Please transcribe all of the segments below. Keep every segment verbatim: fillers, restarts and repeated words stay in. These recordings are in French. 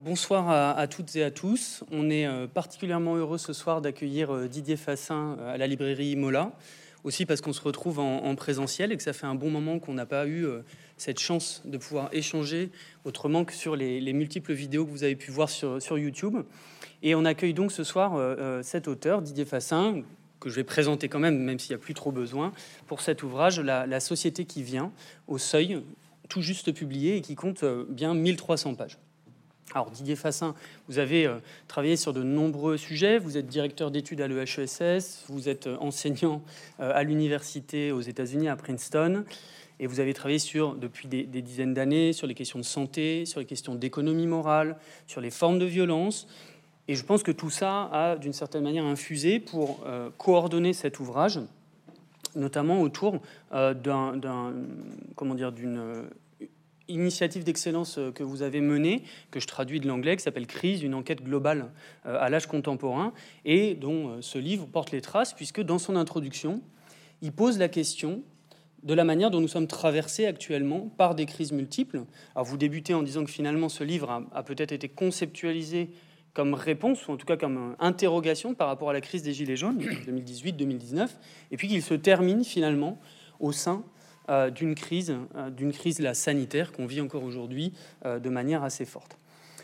Bonsoir à, à toutes et à tous. On est euh, particulièrement heureux ce soir d'accueillir euh, Didier Fassin euh, à la librairie Mola, aussi parce qu'on se retrouve en, en présentiel et que ça fait un bon moment qu'on n'a pas eu euh, cette chance de pouvoir échanger autrement que sur les, les multiples vidéos que vous avez pu voir sur, sur YouTube. Et on accueille donc ce soir euh, euh, cet auteur, Didier Fassin, que je vais présenter quand même, même s'il n'y a plus trop besoin, pour cet ouvrage, La, la société qui vient, au Seuil, tout juste publié et qui compte euh, bien mille trois cents pages. Alors Didier Fassin, vous avez euh, travaillé sur de nombreux sujets, vous êtes directeur d'études à l'E H E S S, vous êtes euh, enseignant euh, à l'université aux États-Unis, à Princeton, et vous avez travaillé sur, depuis des, des dizaines d'années sur les questions de santé, sur les questions d'économie morale, sur les formes de violence, et je pense que tout ça a d'une certaine manière infusé pour euh, coordonner cet ouvrage, notamment autour euh, d'un, d'un, comment dire, d'une initiative d'excellence que vous avez menée, que je traduis de l'anglais, qui s'appelle Crise, une enquête globale à l'âge contemporain, et dont ce livre porte les traces, puisque dans son introduction, il pose la question de la manière dont nous sommes traversés actuellement par des crises multiples. Alors vous débutez en disant que finalement ce livre a, a peut-être été conceptualisé comme réponse, ou en tout cas comme interrogation par rapport à la crise des Gilets jaunes, deux mille dix-huit deux mille dix-neuf, et puis qu'il se termine finalement au sein Euh, d'une crise, euh, d'une crise là, sanitaire qu'on vit encore aujourd'hui euh, de manière assez forte.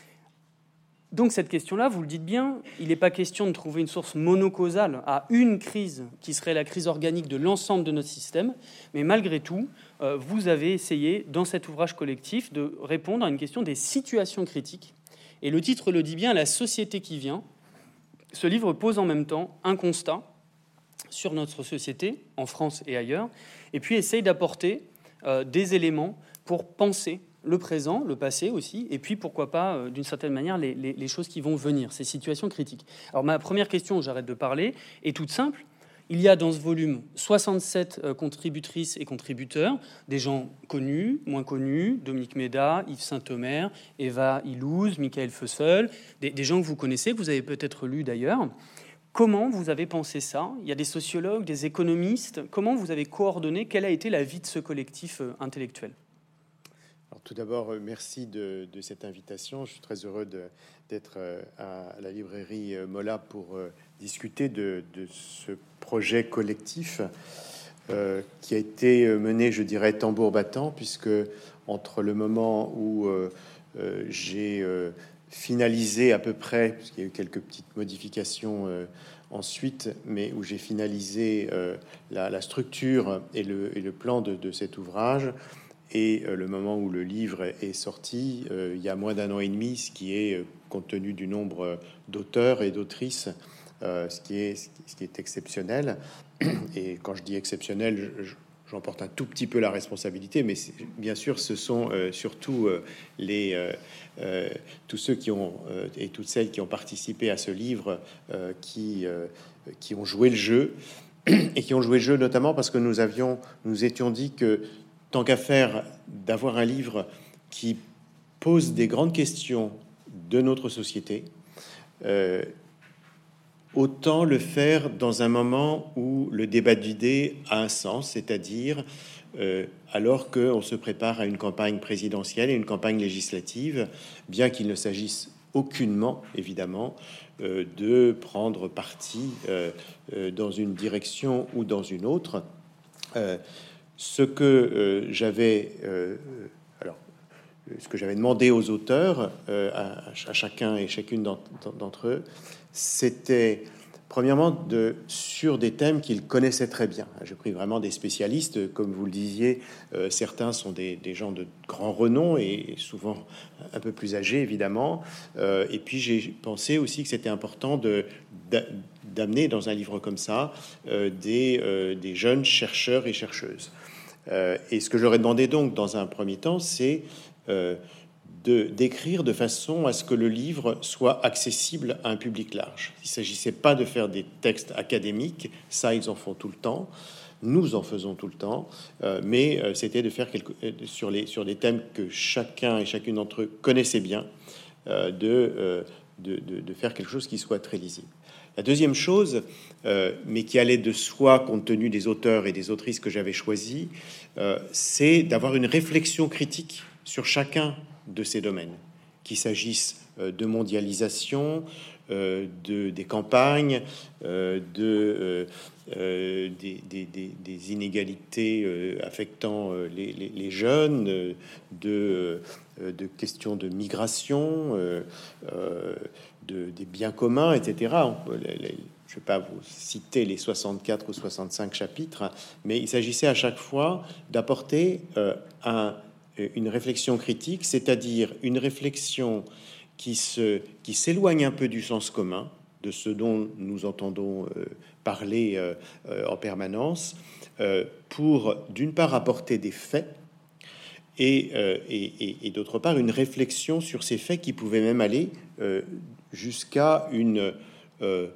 Donc cette question-là, vous le dites bien, il n'est pas question de trouver une source monocausale à une crise qui serait la crise organique de l'ensemble de notre système, mais malgré tout, euh, vous avez essayé, dans cet ouvrage collectif, de répondre à une question des situations critiques. Et le titre le dit bien, La société qui vient. Ce livre pose en même temps un constat sur notre société, en France et ailleurs, et puis essaye d'apporter euh, des éléments pour penser le présent, le passé aussi, et puis pourquoi pas, euh, d'une certaine manière, les, les, les choses qui vont venir, ces situations critiques. Alors ma première question, j'arrête de parler, est toute simple. Il y a dans ce volume soixante-sept euh, contributrices et contributeurs, des gens connus, moins connus, Dominique Méda, Yves Saint-Omer, Eva Illouz, Michael Feussel, des, des gens que vous connaissez, que vous avez peut-être lus d'ailleurs. Comment vous avez pensé ça? Il y a des sociologues, des économistes. Comment vous avez coordonné? Quelle a été la vie de ce collectif intellectuel? Alors, tout d'abord, merci de, de cette invitation. Je suis très heureux de, d'être à la librairie Mola pour euh, discuter de, de ce projet collectif euh, qui a été mené, je dirais, tambour battant, puisque entre le moment où euh, euh, j'ai... Euh, finalisé à peu près, parce qu'il y a eu quelques petites modifications euh, ensuite, mais où j'ai finalisé euh, la, la structure et le, et le plan de, de cet ouvrage, et euh, le moment où le livre est sorti, euh, il y a moins d'un an et demi, ce qui est, euh, compte tenu du nombre d'auteurs et d'autrices, euh, ce, qui est, ce qui est exceptionnel. Et quand je dis exceptionnel, je, je J'en porte un tout petit peu la responsabilité, mais bien sûr, ce sont euh, surtout euh, les euh, euh, tous ceux qui ont euh, et toutes celles qui ont participé à ce livre euh, qui euh, qui ont joué le jeu et qui ont joué le jeu notamment parce que nous avions nous étions dit que tant qu'à faire d'avoir un livre qui pose des grandes questions de notre société, euh, autant le faire dans un moment où le débat d'idées a un sens, c'est-à-dire euh, alors qu'on se prépare à une campagne présidentielle et une campagne législative, bien qu'il ne s'agisse aucunement, évidemment, euh, de prendre parti euh, euh, dans une direction ou dans une autre. Euh, ce que euh, j'avais... Euh, alors, ce que j'avais demandé aux auteurs, euh, à, à chacun et chacune d'entre eux, c'était premièrement de, sur des thèmes qu'ils connaissaient très bien. J'ai pris vraiment des spécialistes, comme vous le disiez, euh, certains sont des, des gens de grand renom et souvent un peu plus âgés, évidemment. Euh, et puis j'ai pensé aussi que c'était important de, d'amener dans un livre comme ça euh, des, euh, des jeunes chercheurs et chercheuses. Euh, et ce que j'aurais demandé donc dans un premier temps, c'est euh, de d'écrire de façon à ce que le livre soit accessible à un public large. Il ne s'agissait pas de faire des textes académiques, ça ils en font tout le temps, nous en faisons tout le temps, euh, mais euh, c'était de faire quelque, euh, sur, les, sur des thèmes que chacun et chacune d'entre eux connaissaient bien, euh, de, euh, de, de, de faire quelque chose qui soit très lisible. La deuxième chose, euh, mais qui allait de soi compte tenu des auteurs et des autrices que j'avais choisis, euh, c'est d'avoir une réflexion critique sur chacun de ces domaines, qu'il s'agisse euh, de mondialisation, euh, de, des campagnes, euh, de, euh, euh, des, des, des, des inégalités euh, affectant euh, les, les, les jeunes, euh, de, euh, de questions de migration, euh, euh, de, des biens communs, et cetera. On peut, les, les, je ne vais pas vous citer les soixante-quatre ou soixante-cinq chapitres, mais il s'agissait à chaque fois d'apporter euh, un, une réflexion critique, c'est-à-dire une réflexion qui, se, qui s'éloigne un peu du sens commun, de ce dont nous entendons euh, parler euh, euh, en permanence, euh, pour d'une part apporter des faits, et, euh, et, et, et d'autre part une réflexion sur ces faits qui pouvaient même aller euh, jusqu'à une... Euh,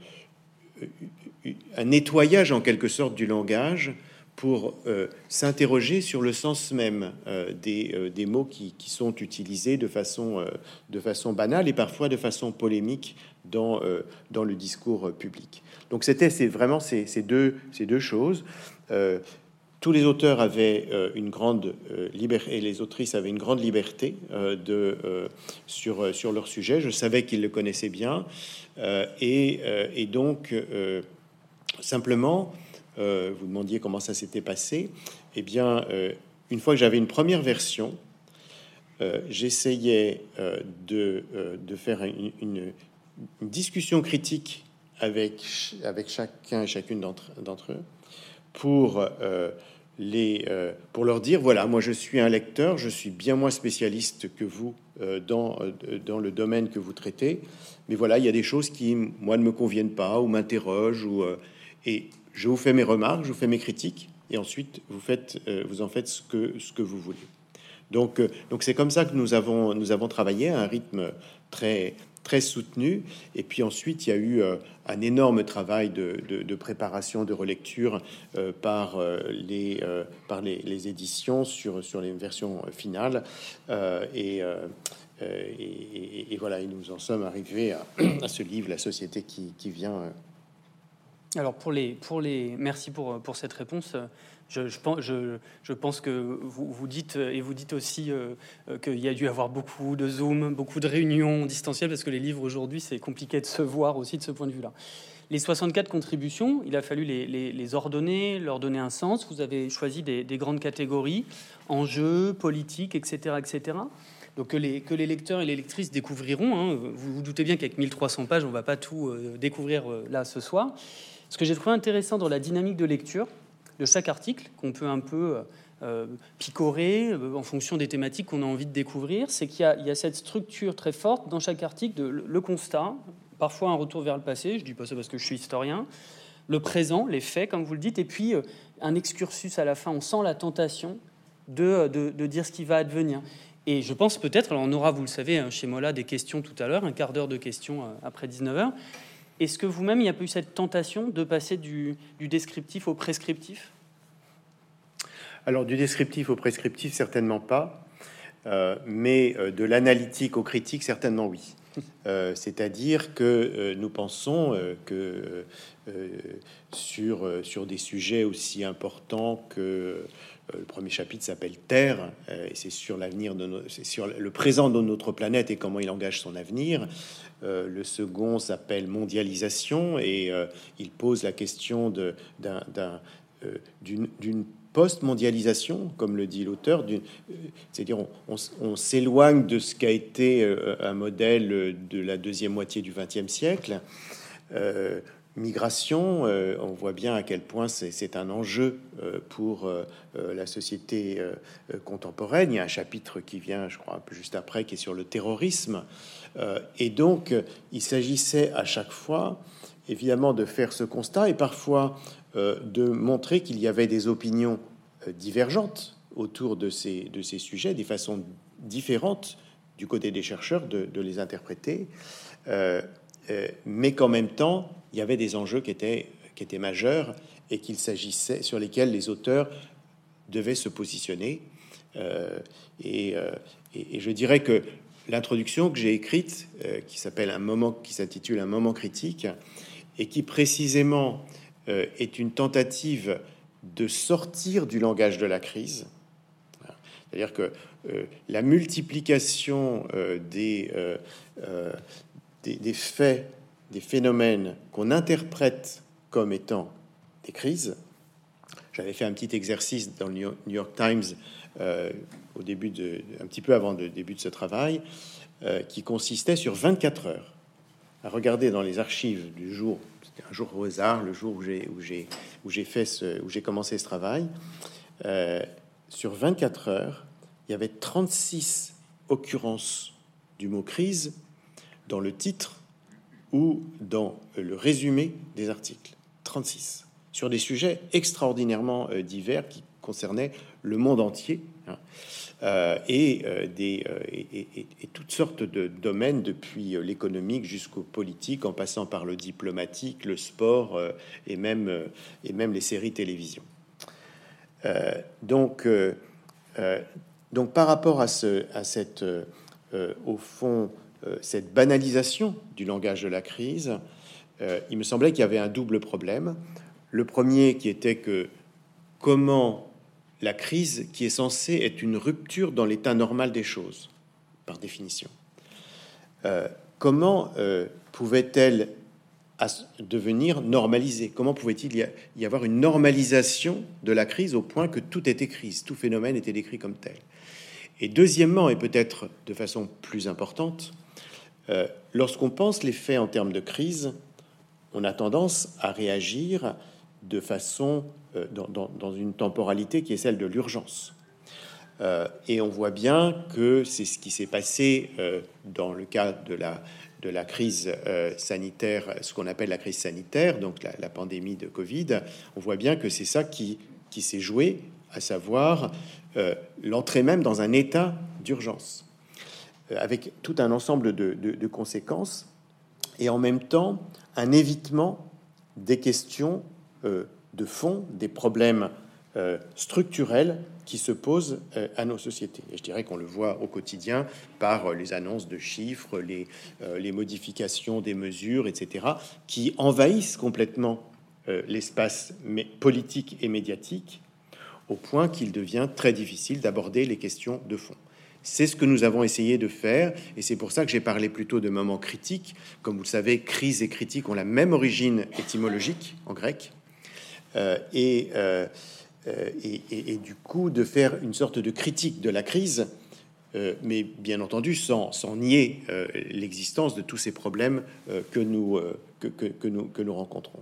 un nettoyage en quelque sorte du langage pour euh, s'interroger sur le sens même euh, des, euh, des mots qui, qui sont utilisés de façon, euh, de façon banale et parfois de façon polémique dans, euh, dans le discours public. Donc c'était c'est vraiment ces, ces, deux, ces deux choses. Euh, tous les auteurs avaient euh, une grande euh, liberté, et les autrices avaient une grande liberté euh, de, euh, sur, sur leur sujet. Je savais qu'ils le connaissaient bien. Euh, et, euh, et donc, euh, simplement, euh, vous demandiez comment ça s'était passé. Eh bien, euh, une fois que j'avais une première version, euh, j'essayais euh, de, euh, de faire une, une, une discussion critique avec, avec chacun et chacune d'entre, d'entre eux pour, euh, les, euh, pour leur dire, voilà, moi je suis un lecteur, je suis bien moins spécialiste que vous euh, dans, euh, dans le domaine que vous traitez, mais voilà, il y a des choses qui, moi, ne me conviennent pas ou m'interrogent, ou, euh, et je vous fais mes remarques, je vous fais mes critiques, et ensuite vous, faites, euh, vous en faites ce que, ce que vous voulez. Donc, euh, donc c'est comme ça que nous avons, nous avons travaillé à un rythme très, très soutenu. Et puis ensuite, il y a eu euh, un énorme travail de, de, de préparation, de relecture euh, par, euh, les, euh, par les, les éditions sur, sur les versions finales. Euh, et, euh, et, et, et voilà, et nous en sommes arrivés à, à ce livre, La société qui, qui vient. Euh. Alors pour les, pour les, merci pour, pour cette réponse. Je, je, pense, je, je pense que vous, vous dites, et vous dites aussi euh, qu'il y a dû avoir beaucoup de Zoom, beaucoup de réunions distancielles, parce que les livres aujourd'hui, c'est compliqué de se voir aussi de ce point de vue-là. Les soixante-quatre contributions, il a fallu les, les, les ordonner, leur donner un sens. Vous avez choisi des, des grandes catégories, enjeux, politique, et cetera, et cetera. Donc que les, que les lecteurs et les lectrices découvriront. Hein. Vous vous doutez bien qu'avec mille trois cents pages, on ne va pas tout euh, découvrir euh, là ce soir. Ce que j'ai trouvé intéressant dans la dynamique de lecture de chaque article, qu'on peut un peu euh, picorer euh, en fonction des thématiques qu'on a envie de découvrir, c'est qu'il y a, il y a cette structure très forte dans chaque article de le, le constat, parfois un retour vers le passé, je dis pas ça parce que je suis historien, le présent, les faits, comme vous le dites, et puis euh, un excursus à la fin. On sent la tentation de, de, de dire ce qui va advenir. Et je pense peut-être, alors on aura, vous le savez, chez Mola, des questions tout à l'heure, un quart d'heure de questions après dix-neuf heures. Est-ce que vous-même, il n'y a pas eu cette tentation de passer du, du descriptif au prescriptif ? Alors, du descriptif au prescriptif, certainement pas. Euh, mais euh, de l'analytique au critique, certainement oui. Euh, c'est-à-dire que euh, nous pensons euh, que euh, sur, euh, sur des sujets aussi importants que euh, le premier chapitre s'appelle Terre, euh, et c'est sur l'avenir de nos, c'est sur le présent de notre planète et comment il engage son avenir. Euh, le second s'appelle Mondialisation, et euh, il pose la question de, d'un, d'un, euh, d'une, d'une post-mondialisation, comme le dit l'auteur, d'une, euh, c'est-à-dire on, on, on s'éloigne de ce qu'a été euh, un modèle de la deuxième moitié du vingtième siècle. Euh, migration, euh, on voit bien à quel point c'est, c'est un enjeu euh, pour euh, la société euh, contemporaine. Il y a un chapitre qui vient, je crois, un peu juste après, qui est sur le terrorisme. Euh, et donc, il s'agissait à chaque fois, évidemment, de faire ce constat et parfois euh, de montrer qu'il y avait des opinions euh, divergentes autour de ces, de ces sujets, des façons différentes du côté des chercheurs de, de les interpréter, euh, euh, mais qu'en même temps, il y avait des enjeux qui étaient, qui étaient majeurs et qu'il s'agissait, sur lesquels les auteurs devaient se positionner. Euh, et, euh, et, et je dirais que l'introduction que j'ai écrite, euh, qui s'appelle un moment, qui s'intitule Un moment critique, et qui précisément euh, est une tentative de sortir du langage de la crise. C'est-à-dire que euh, la multiplication euh, des, euh, euh, des, des faits, des phénomènes qu'on interprète comme étant des crises. J'avais fait un petit exercice dans le New York Times euh, au début de, un petit peu avant le début de ce travail, euh, qui consistait sur vingt-quatre heures à regarder dans les archives du jour. C'était un jour au hasard, le jour où j'ai où j'ai où j'ai fait ce, où j'ai commencé ce travail. Euh, sur vingt-quatre heures, il y avait trente-six occurrences du mot crise dans le titre ou dans le résumé des articles. trente-six sur des sujets extraordinairement euh, divers qui concernaient le monde entier, hein, euh, et, euh, des, euh, et, et, et toutes sortes de domaines, depuis euh, l'économique jusqu'au politique, en passant par le diplomatique, le sport euh, et, même, euh, et même les séries télévision. Euh, donc, euh, euh, donc, par rapport à, ce, à cette, euh, au fond, euh, cette banalisation du langage de la crise, euh, il me semblait qu'il y avait un double problème. Le premier qui était que comment la crise, qui est censée être une rupture dans l'état normal des choses, par définition, euh, comment euh, pouvait-elle devenir normalisée? Comment pouvait-il y, y avoir une normalisation de la crise au point que tout était crise, tout phénomène était décrit comme tel? Et deuxièmement, et peut-être de façon plus importante, euh, lorsqu'on pense les faits en termes de crise, on a tendance à réagir de façon euh, dans, dans, dans une temporalité qui est celle de l'urgence. Euh, et on voit bien que c'est ce qui s'est passé euh, dans le cas de la, de la crise euh, sanitaire, ce qu'on appelle la crise sanitaire, donc la, la pandémie de Covid. On voit bien que c'est ça qui, qui s'est joué, à savoir euh, l'entrée même dans un état d'urgence, euh, avec tout un ensemble de, de, de conséquences, et en même temps un évitement des questions euh, de fond, des problèmes euh, structurels qui se posent euh, à nos sociétés. Et je dirais qu'on le voit au quotidien par euh, les annonces de chiffres, les, euh, les modifications des mesures, et cetera, qui envahissent complètement euh, l'espace politique et médiatique, au point qu'il devient très difficile d'aborder les questions de fond. C'est ce que nous avons essayé de faire, et c'est pour ça que j'ai parlé plutôt de moments critiques. Comme vous le savez, crise et critique ont la même origine étymologique en grec, euh, et, euh, et, et, et du coup de faire une sorte de critique de la crise, euh, mais bien entendu sans, sans nier euh, l'existence de tous ces problèmes euh, que, nous, euh, que, que, que, nous, que nous rencontrons.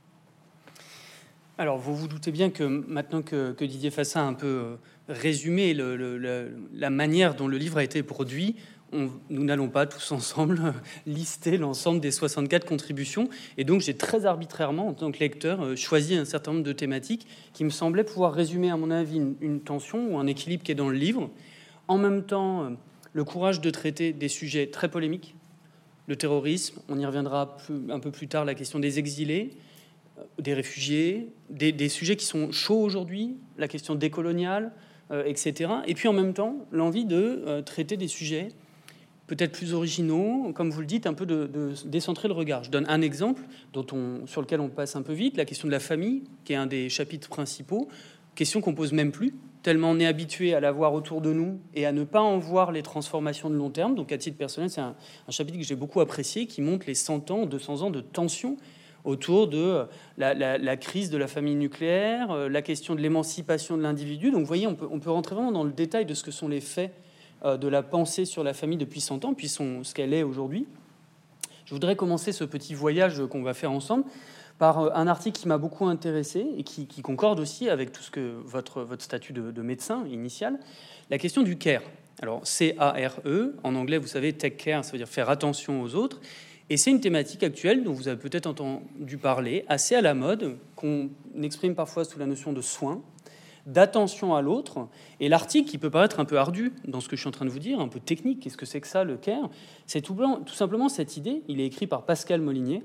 Alors, vous vous doutez bien que maintenant que, que Didier Fassin a un peu résumé le, le, le, la manière dont le livre a été produit, on, nous n'allons pas tous ensemble lister l'ensemble des soixante-quatre contributions. Et donc, j'ai très arbitrairement, en tant que lecteur, choisi un certain nombre de thématiques qui me semblaient pouvoir résumer, à mon avis, une, une tension ou un équilibre qui est dans le livre. En même temps, le courage de traiter des sujets très polémiques, le terrorisme, on y reviendra plus, un peu plus tard, la question des exilés, des réfugiés, des, des sujets qui sont chauds aujourd'hui, la question décoloniale, euh, et cetera. Et puis en même temps, l'envie de euh, traiter des sujets peut-être plus originaux, comme vous le dites, un peu de, de décentrer le regard. Je donne un exemple dont on, sur lequel on passe un peu vite, la question de la famille, qui est un des chapitres principaux, question qu'on pose même plus, tellement on est habitué à la voir autour de nous et à ne pas en voir les transformations de long terme. Donc à titre personnel, c'est un, un chapitre que j'ai beaucoup apprécié, qui montre les cent ans, deux cents ans de tension autour de la, la, la crise de la famille nucléaire, la question de l'émancipation de l'individu. Donc vous voyez, on peut, on peut rentrer vraiment dans le détail de ce que sont les faits euh, de la pensée sur la famille depuis cent ans, puis son, ce qu'elle est aujourd'hui. Je voudrais commencer ce petit voyage qu'on va faire ensemble par un article qui m'a beaucoup intéressé et qui, qui concorde aussi avec tout ce que votre, votre statut de, de médecin initial, la question du care. Alors C A R E, en anglais, vous savez, take care, ça veut dire faire attention aux autres. Et c'est une thématique actuelle dont vous avez peut-être entendu parler, assez à la mode, qu'on exprime parfois sous la notion de soin, d'attention à l'autre. Et l'article, qui peut paraître un peu ardu dans ce que je suis en train de vous dire, un peu technique, qu'est-ce que c'est que ça, le care? C'est tout, blanc, tout simplement cette idée, il est écrit par Pascal Molinier,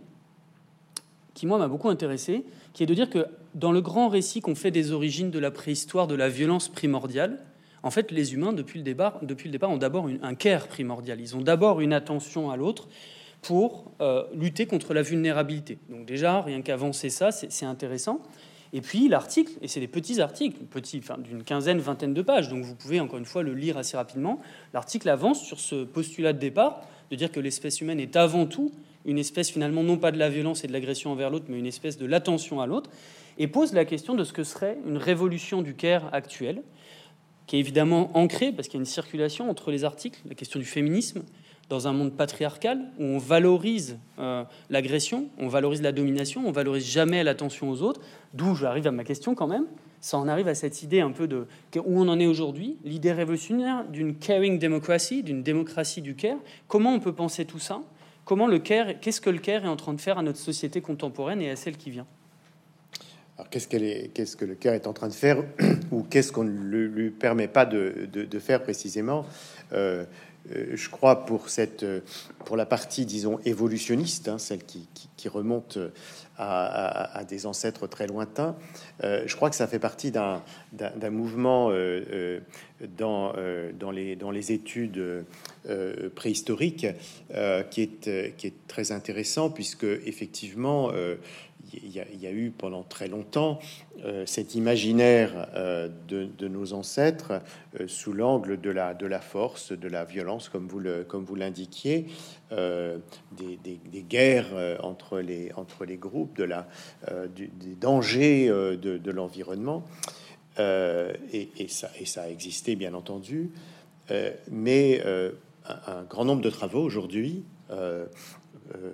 qui, moi, m'a beaucoup intéressé, qui est de dire que dans le grand récit qu'on fait des origines de la préhistoire, de la violence primordiale, en fait, les humains, depuis le départ, depuis le départ ont d'abord une, un care primordial. Ils ont d'abord une attention à l'autre, pour euh, lutter contre la vulnérabilité. Donc déjà, rien qu'avancer ça, c'est, c'est intéressant. Et puis l'article, et c'est des petits articles, petits, enfin, d'une quinzaine, vingtaine de pages, donc vous pouvez encore une fois le lire assez rapidement. L'article avance sur ce postulat de départ, de dire que l'espèce humaine est avant tout une espèce finalement non pas de la violence et de l'agression envers l'autre, mais une espèce de l'attention à l'autre, et pose la question de ce que serait une révolution du care actuelle, qui est évidemment ancrée, parce qu'il y a une circulation entre les articles, la question du féminisme, dans un monde patriarcal où on valorise euh, l'agression, on valorise la domination, on valorise jamais l'attention aux autres, d'où j'arrive à ma question quand même, ça en arrive à cette idée un peu de où on en est aujourd'hui, l'idée révolutionnaire d'une caring democracy, d'une démocratie du care. Comment on peut penser tout ça? Comment le care, qu'est-ce que le care est en train de faire à notre société contemporaine et à celle qui vient? Alors, qu'est-ce, qu'elle est, qu'est-ce que le care est en train de faire ou qu'est-ce qu'on ne lui permet pas de, de, de faire précisément? euh, Je crois pour cette, pour la partie, disons, évolutionniste, hein, celle qui, qui, qui remonte à, à, à des ancêtres très lointains, euh, je crois que ça fait partie d'un, d'un, d'un mouvement euh, euh, dans, euh, dans, les, dans les études euh, préhistoriques euh, qui, est, qui est très intéressant, puisque effectivement, euh, il y, a, il y a eu pendant très longtemps euh, cet imaginaire euh, de, de nos ancêtres euh, sous l'angle de la, de la force, de la violence, comme vous, le, comme vous l'indiquiez, euh, des, des, des guerres euh, entre, les, entre les groupes, de la, euh, du, des dangers euh, de, de l'environnement. Euh, et, et, ça, et ça a existé, bien entendu. Euh, mais euh, un, un grand nombre de travaux aujourd'hui euh, euh,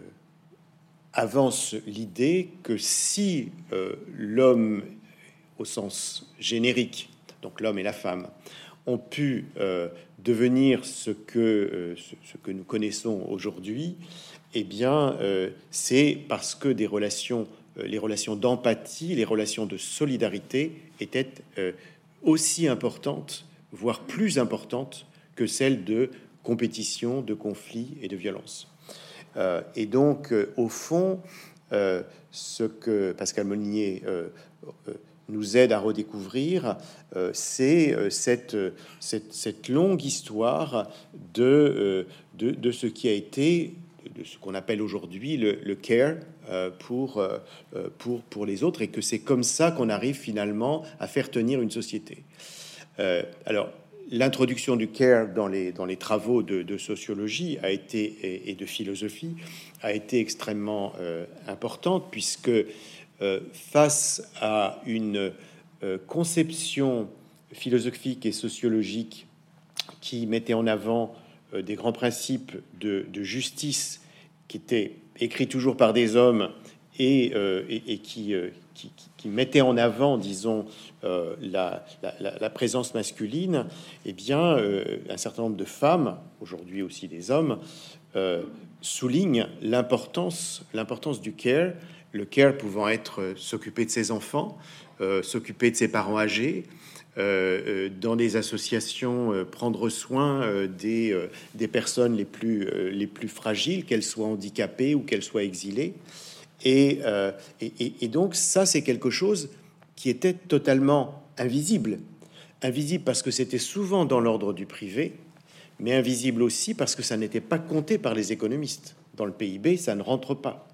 avance l'idée que si euh, l'homme, au sens générique, donc l'homme et la femme, ont pu euh, devenir ce que, euh, ce, ce que nous connaissons aujourd'hui, eh bien, euh, c'est parce que des relations, euh, les relations d'empathie, les relations de solidarité étaient euh, aussi importantes, voire plus importantes que celles de compétition, de conflit et de violence. Euh, et donc, euh, au fond, euh, ce que Pascal Molinier euh, euh, nous aide à redécouvrir, euh, c'est euh, cette, cette, cette longue histoire de, euh, de, de ce qui a été, de ce qu'on appelle aujourd'hui le, le care euh, pour, euh, pour, pour les autres, et que c'est comme ça qu'on arrive finalement à faire tenir une société. Euh, alors, l'introduction du care dans les, dans les travaux de, de sociologie a été, et, et de philosophie a été extrêmement euh, importante, puisque euh, face à une euh, conception philosophique et sociologique qui mettait en avant euh, des grands principes de, de justice qui étaient écrits toujours par des hommes et, euh, et, et qui, euh, qui, qui mettait en avant, disons, euh, la, la, la présence masculine, eh bien, euh, un certain nombre de femmes, aujourd'hui aussi des hommes, euh, soulignent l'importance, l'importance du care, le care pouvant être euh, s'occuper de ses enfants, euh, s'occuper de ses parents âgés, euh, euh, dans des associations, euh, prendre soin euh, des, euh, des personnes les plus, euh, les plus fragiles, qu'elles soient handicapées ou qu'elles soient exilées. Et, euh, et, et donc ça, c'est quelque chose qui était totalement invisible. Invisible parce que c'était souvent dans l'ordre du privé, mais invisible aussi parce que ça n'était pas compté par les économistes. Dans le P I B, ça ne rentre pas.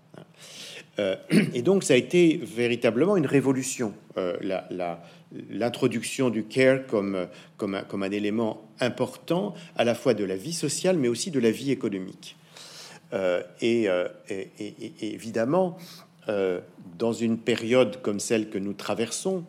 Euh, et donc ça a été véritablement une révolution, euh, la, la, l'introduction du care comme, comme, un, comme un élément important à la fois de la vie sociale, mais aussi de la vie économique. Euh, et, euh, et, et, et évidemment, euh, dans une période comme celle que nous traversons,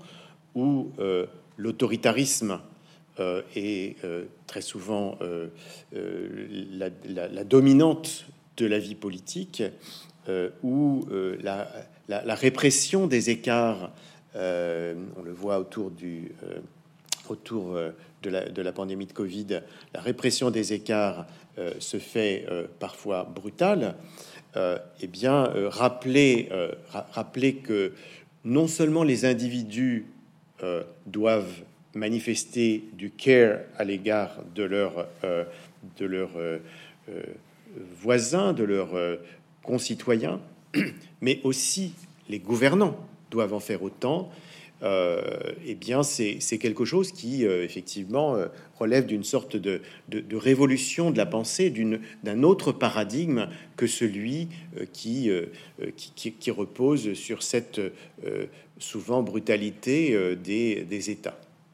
où euh, l'autoritarisme euh, est euh, très souvent euh, euh, la, la, la dominante de la vie politique, euh, où euh, la, la, la répression des écarts, euh, on le voit autour du euh, autour de la, de la pandémie de Covid, la répression des écarts euh, se fait euh, parfois brutale, euh, eh bien, euh, rappeler, euh, ra- rappeler que non seulement les individus euh, doivent manifester du care à l'égard de leurs euh, de leurs euh, euh, voisins, de leurs euh, concitoyens, mais aussi les gouvernants doivent en faire autant. euh, eh bien, c'est quelque chose qui, euh, effectivement, euh, relève d'une sorte de, de, de révolution de la pensée, d'un autre paradigme que celui euh, qui, euh, qui, qui, qui repose sur cette euh, souvent brutalité euh, des, des États.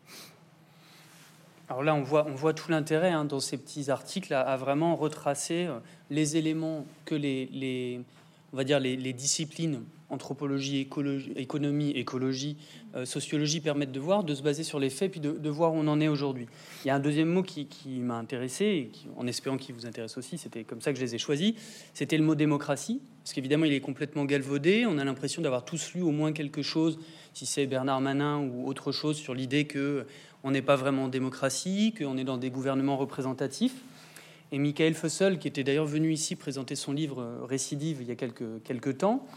Alors là, on voit, on voit tout l'intérêt hein, dans ces petits articles à, à vraiment retracer euh, les éléments que les, les on va dire les, les disciplines anthropologie, écologie, économie, écologie, euh, sociologie permettent de voir, de se baser sur les faits, puis de, de voir où on en est aujourd'hui. Il y a un deuxième mot qui, qui m'a intéressé, et qui, en espérant qu'il vous intéresse aussi, c'était comme ça que je les ai choisis, c'était le mot démocratie, parce qu'évidemment il est complètement galvaudé, on a l'impression d'avoir tous lu au moins quelque chose, si c'est Bernard Manin ou autre chose, sur l'idée que on n'est pas vraiment en démocratie, qu'on est dans des gouvernements représentatifs. Et Michael Fussell, qui était d'ailleurs venu ici présenter son livre Récidive il y a quelques, quelques temps,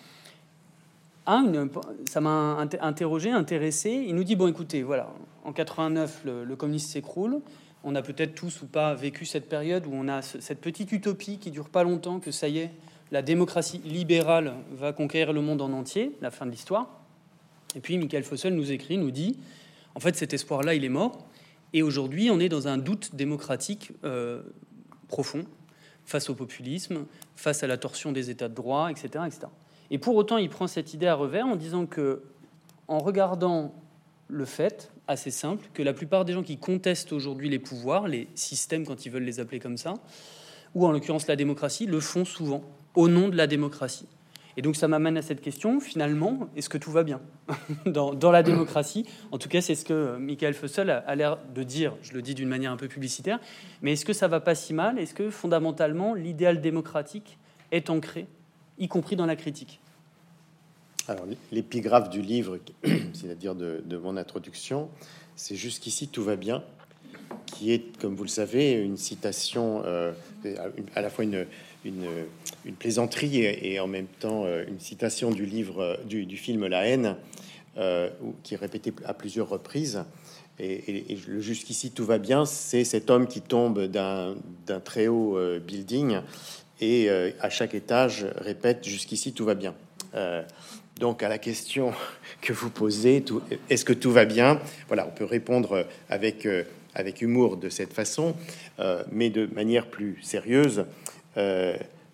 a une, ça m'a interrogé, intéressé. Il nous dit, bon écoutez, voilà, en quatre-vingt-neuf, le, le communisme s'écroule. On a peut-être tous ou pas vécu cette période où on a cette petite utopie qui dure pas longtemps, que ça y est, la démocratie libérale va conquérir le monde en entier, la fin de l'histoire. Et puis Michael Fussell nous écrit, nous dit, en fait, cet espoir-là, il est mort. Et aujourd'hui, on est dans un doute démocratique euh, profond face au populisme, face à la torsion des États de droit, et cetera, et cetera. Et pour autant, il prend cette idée à revers en disant que, en regardant le fait assez simple, que la plupart des gens qui contestent aujourd'hui les pouvoirs, les systèmes quand ils veulent les appeler comme ça, ou en l'occurrence la démocratie, le font souvent au nom de la démocratie. Et donc ça m'amène à cette question, finalement, est-ce que tout va bien dans, dans la démocratie? En tout cas, c'est ce que Michael Fussell a, a l'air de dire, je le dis d'une manière un peu publicitaire, mais est-ce que ça va pas si mal? Est-ce que fondamentalement, l'idéal démocratique est ancré, y compris dans la critique? Alors, l'épigraphe du livre, c'est-à-dire de, de mon introduction, c'est « Jusqu'ici, tout va bien », qui est, comme vous le savez, une citation, euh, à la fois une... Une, une plaisanterie et, et en même temps euh, une citation du livre du, du film La Haine, euh, qui est répété à plusieurs reprises. Et, et, et le jusqu'ici tout va bien, c'est cet homme qui tombe d'un d'un très haut euh, building et euh, à chaque étage répète jusqu'ici tout va bien. Euh, donc à la question que vous posez, est-ce que tout va bien? Voilà, on peut répondre avec euh, avec humour de cette façon, euh, mais de manière plus sérieuse. Euh,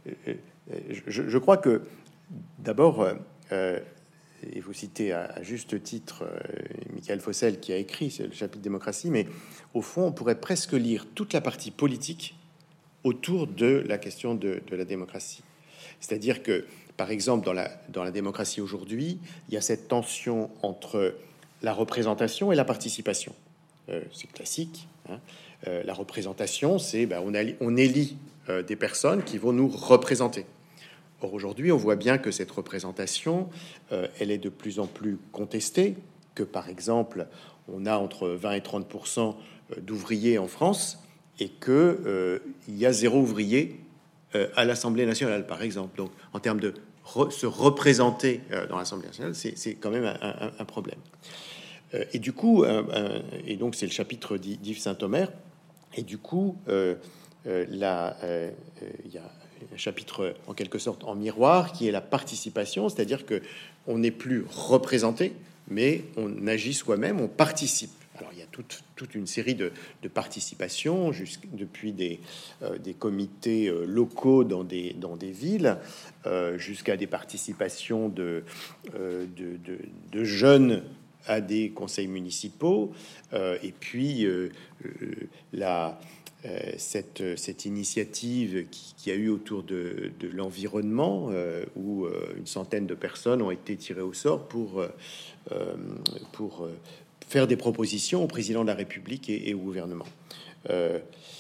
je, je crois que d'abord, euh, et vous citez à, à juste titre euh, Michael Fussell qui a écrit le chapitre démocratie, mais au fond, on pourrait presque lire toute la partie politique autour de la question de, de la démocratie. C'est-à-dire que, par exemple, dans la, dans la démocratie aujourd'hui, il y a cette tension entre la représentation et la participation. Euh, c'est classique. Hein. Euh, la représentation, c'est ben, on, on élit euh, des personnes qui vont nous représenter. Or, aujourd'hui, on voit bien que cette représentation, euh, elle est de plus en plus contestée, que, par exemple, on a entre vingt et trente pour cent d'ouvriers en France et qu'il euh, y a zéro ouvrier euh, à l'Assemblée nationale, par exemple. Donc, en termes de re se représenter euh, dans l'Assemblée nationale, c'est quand même un, un, un problème. Euh, et du coup, euh, euh, et donc c'est le chapitre d'Yves Saint-Omer, et du coup, euh, euh, là, euh, il y a un chapitre en quelque sorte en miroir qui est la participation, c'est-à-dire que on n'est plus représenté, mais on agit soi-même, on participe. Alors il y a toute, toute une série de, de participations, depuis des, euh, des comités euh, locaux dans des, dans des villes, euh, jusqu'à des participations de, euh, de, de, de jeunes à des conseils municipaux, euh, et puis euh, la Euh, cette, cette initiative qui, qui a eu autour de, de l'environnement, euh, où euh, une centaine de personnes ont été tirées au sort pour, euh, pour faire des propositions au président de la République et, et au gouvernement. Euh,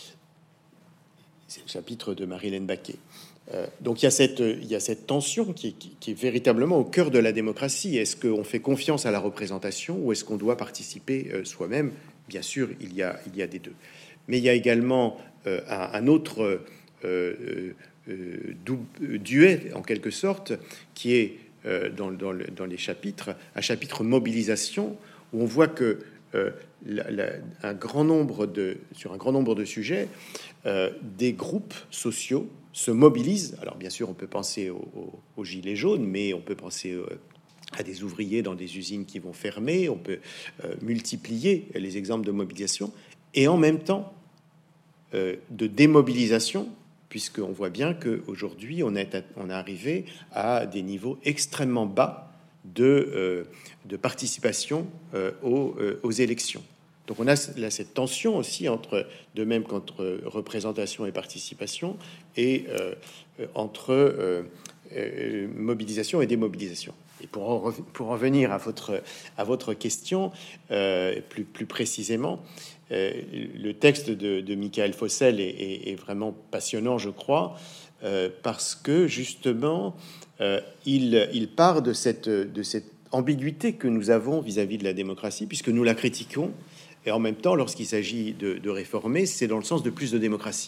c'est le chapitre de Marie-Hélène Baquet. Euh, donc il y a cette, il y a cette tension qui, qui, qui est véritablement au cœur de la démocratie. Est-ce qu'on fait confiance à la représentation ou est-ce qu'on doit participer euh, soi-même? Bien sûr, il y a, il y a des deux. Mais il y a également euh, un, un autre euh, euh, euh, duet, en quelque sorte, qui est euh, dans, dans, le, dans les chapitres, un chapitre mobilisation, où on voit que euh, la, la, un grand nombre de, sur un grand nombre de sujets, euh, des groupes sociaux se mobilisent. Alors bien sûr, on peut penser aux au, au gilets jaunes, mais on peut penser euh, à des ouvriers dans des usines qui vont fermer, on peut euh, multiplier les exemples de mobilisation, et en même temps euh, de démobilisation, puisqu'on voit bien qu'aujourd'hui, on est, on est arrivé à des niveaux extrêmement bas de, euh, de participation euh, aux, euh, aux élections. Donc on a là cette tension aussi entre, de même qu'entre représentation et participation, et euh, entre euh, euh, mobilisation et démobilisation. Et pour en, pour en venir à votre, à votre question, euh, plus, plus précisément, euh, le texte de, de Michael Fossel est, est, est vraiment passionnant, je crois, euh, parce que justement, euh, il, il part de cette, de cette ambiguïté que nous avons vis-à-vis de la démocratie, puisque nous la critiquons, et en même temps, lorsqu'il s'agit de, de réformer, c'est dans le sens de plus de démocratie.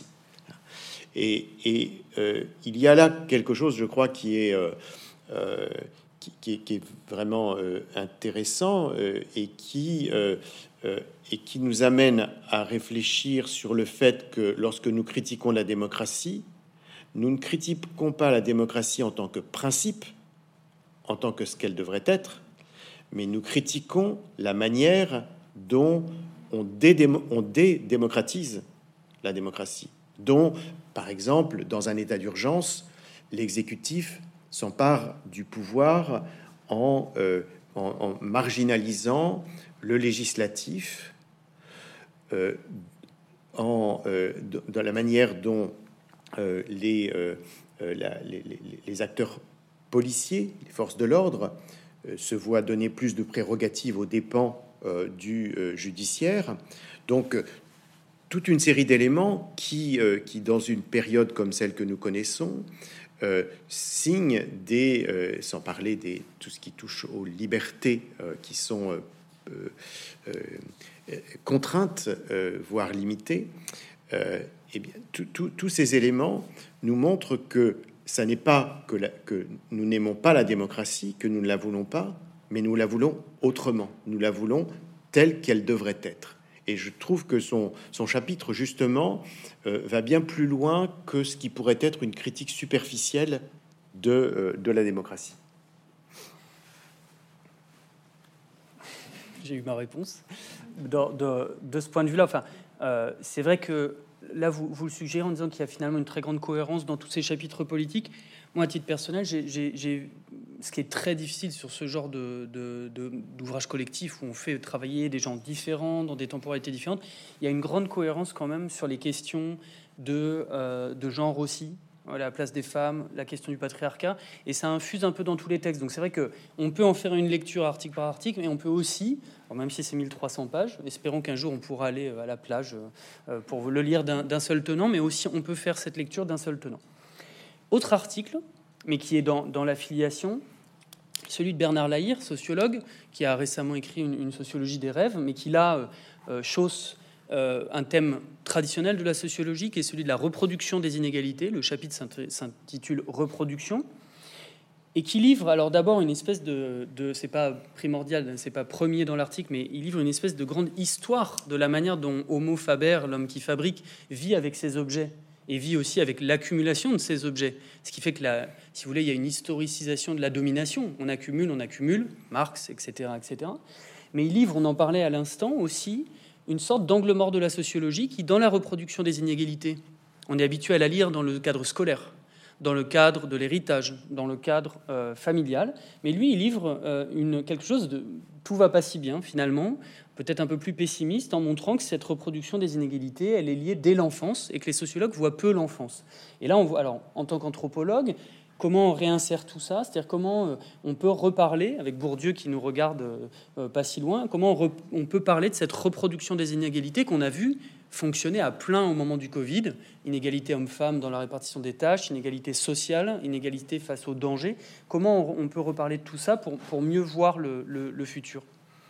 Et, et euh, il y a là quelque chose, je crois, qui est... Euh, euh, Qui, qui, qui est vraiment euh, intéressant euh, et qui euh, euh, et qui nous amène à réfléchir sur le fait que lorsque nous critiquons la démocratie, nous ne critiquons pas la démocratie en tant que principe, en tant que ce qu'elle devrait être, mais nous critiquons la manière dont on, dédémo- on dédémocratise la démocratie, dont, par exemple, dans un état d'urgence, l'exécutif s'empare du pouvoir en, euh, en, en marginalisant le législatif, euh, en, euh, dans la manière dont euh, les, euh, la, les, les, les acteurs policiers, les forces de l'ordre, euh, se voient donner plus de prérogatives aux dépens euh, du euh, judiciaire. Donc, euh, toute une série d'éléments qui, euh, qui, dans une période comme celle que nous connaissons, Euh, signe des, euh, sans parler des tout ce qui touche aux libertés euh, qui sont euh, euh, euh, contraintes, euh, voire limitées, euh, eh bien, tous ces éléments nous montrent que ça n'est pas que, la, que nous n'aimons pas la démocratie, que nous ne la voulons pas, mais nous la voulons autrement. Nous la voulons telle qu'elle devrait être. Et je trouve que son, son chapitre, justement, euh, va bien plus loin que ce qui pourrait être une critique superficielle de, euh, de la démocratie. J'ai eu ma réponse. De, de, de ce point de vue-là, enfin, euh, c'est vrai que là, vous, vous le suggérez en disant qu'il y a finalement une très grande cohérence dans tous ces chapitres politiques. Moi, à titre personnel, j'ai, j'ai, j'ai... ce qui est très difficile sur ce genre de, de, de, d'ouvrage collectif où on fait travailler des gens différents dans des temporalités différentes, il y a une grande cohérence quand même sur les questions de, euh, de genre aussi, la place des femmes, la question du patriarcat, et ça infuse un peu dans tous les textes. Donc c'est vrai qu'on peut en faire une lecture article par article, mais on peut aussi, même si c'est mille trois cents pages, espérons qu'un jour on pourra aller à la plage pour le lire d'un, d'un seul tenant, mais aussi on peut faire cette lecture d'un seul tenant. Autre article, mais qui est dans, dans la filiation, celui de Bernard Lahire, sociologue, qui a récemment écrit une, une sociologie des rêves, mais qui là euh, chausse euh, un thème traditionnel de la sociologie, qui est celui de la reproduction des inégalités. Le chapitre s'intitule « Reproduction », et qui livre, alors d'abord une espèce de, de c'est pas primordial, c'est pas premier dans l'article, mais il livre une espèce de grande histoire de la manière dont Homo faber, l'homme qui fabrique, vit avec ses objets, et vit aussi avec l'accumulation de ces objets. Ce qui fait que, la, si vous voulez, il y a une historicisation de la domination. On accumule, on accumule, Marx, et cetera, et cetera. Mais il livre, on en parlait à l'instant aussi, une sorte d'angle mort de la sociologie qui, dans la reproduction des inégalités, on est habitué à la lire dans le cadre scolaire, dans le cadre de l'héritage, dans le cadre euh, familial. Mais lui, il livre euh, une, quelque chose de... Tout va pas si bien, finalement, peut-être un peu plus pessimiste, en montrant que cette reproduction des inégalités, elle est liée dès l'enfance et que les sociologues voient peu l'enfance. Et là, on voit, alors, en tant qu'anthropologue, comment on réinsère tout ça, c'est-à-dire comment euh, on peut reparler, avec Bourdieu qui nous regarde euh, pas si loin, comment on, re, on peut parler de cette reproduction des inégalités qu'on a vu fonctionner à plein au moment du Covid, inégalité homme-femme dans la répartition des tâches, inégalité sociale, inégalité face aux dangers. Comment on peut reparler de tout ça pour, pour mieux voir le, le, le futur ?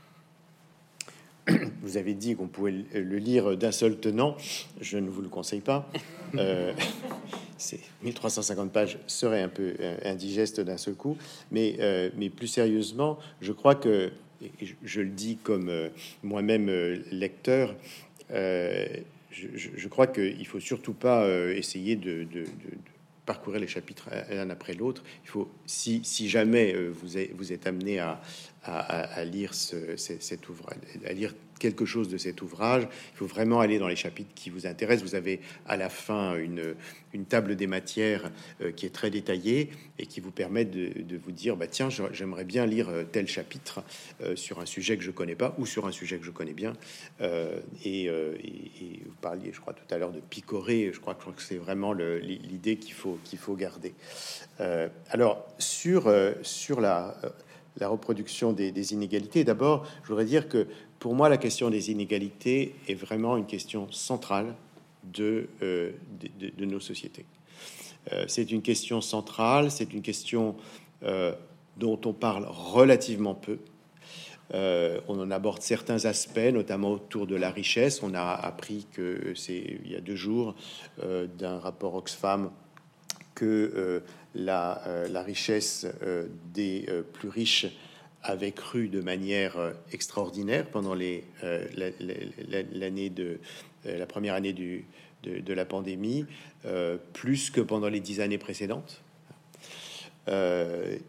Vous avez dit qu'on pouvait le lire d'un seul tenant. Je ne vous le conseille pas. Euh, c'est mille trois cent cinquante pages serait un peu indigeste d'un seul coup. Mais, euh, mais plus sérieusement, je crois que, et je, je le dis comme euh, moi-même euh, lecteur, euh, je, je, je crois qu'il faut surtout pas euh, essayer de, de, de, parcourir les chapitres l'un après l'autre. Il faut, si, si jamais vous êtes, vous êtes amené à, à, à lire ce, cet ouvrage, à lire quelque chose de cet ouvrage, il faut vraiment aller dans les chapitres qui vous intéressent. Vous avez à la fin une, une table des matières euh, qui est très détaillée et qui vous permet de, de vous dire, bah tiens, j'aimerais bien lire tel chapitre euh, sur un sujet que je connais pas ou sur un sujet que je connais bien. Euh, et, euh, et, et vous parliez, je crois tout à l'heure, de picorer. Je crois, je crois que c'est vraiment le, l'idée qu'il faut qu'il faut garder. Euh, alors sur euh, sur la euh, la reproduction des, des inégalités. D'abord, je voudrais dire que pour moi, la question des inégalités est vraiment une question centrale de, euh, de, de, de nos sociétés. Euh, c'est une question centrale, c'est une question euh, dont on parle relativement peu. Euh, on en aborde certains aspects, notamment autour de la richesse. On a appris que c'est il y a deux jours euh, d'un rapport Oxfam que euh, la, euh, la richesse euh, des euh, plus riches avait cru de manière euh, extraordinaire pendant les, euh, la, la, l'année de euh, la première année du, de, de la pandémie, euh, plus que pendant les dix années précédentes. Euh,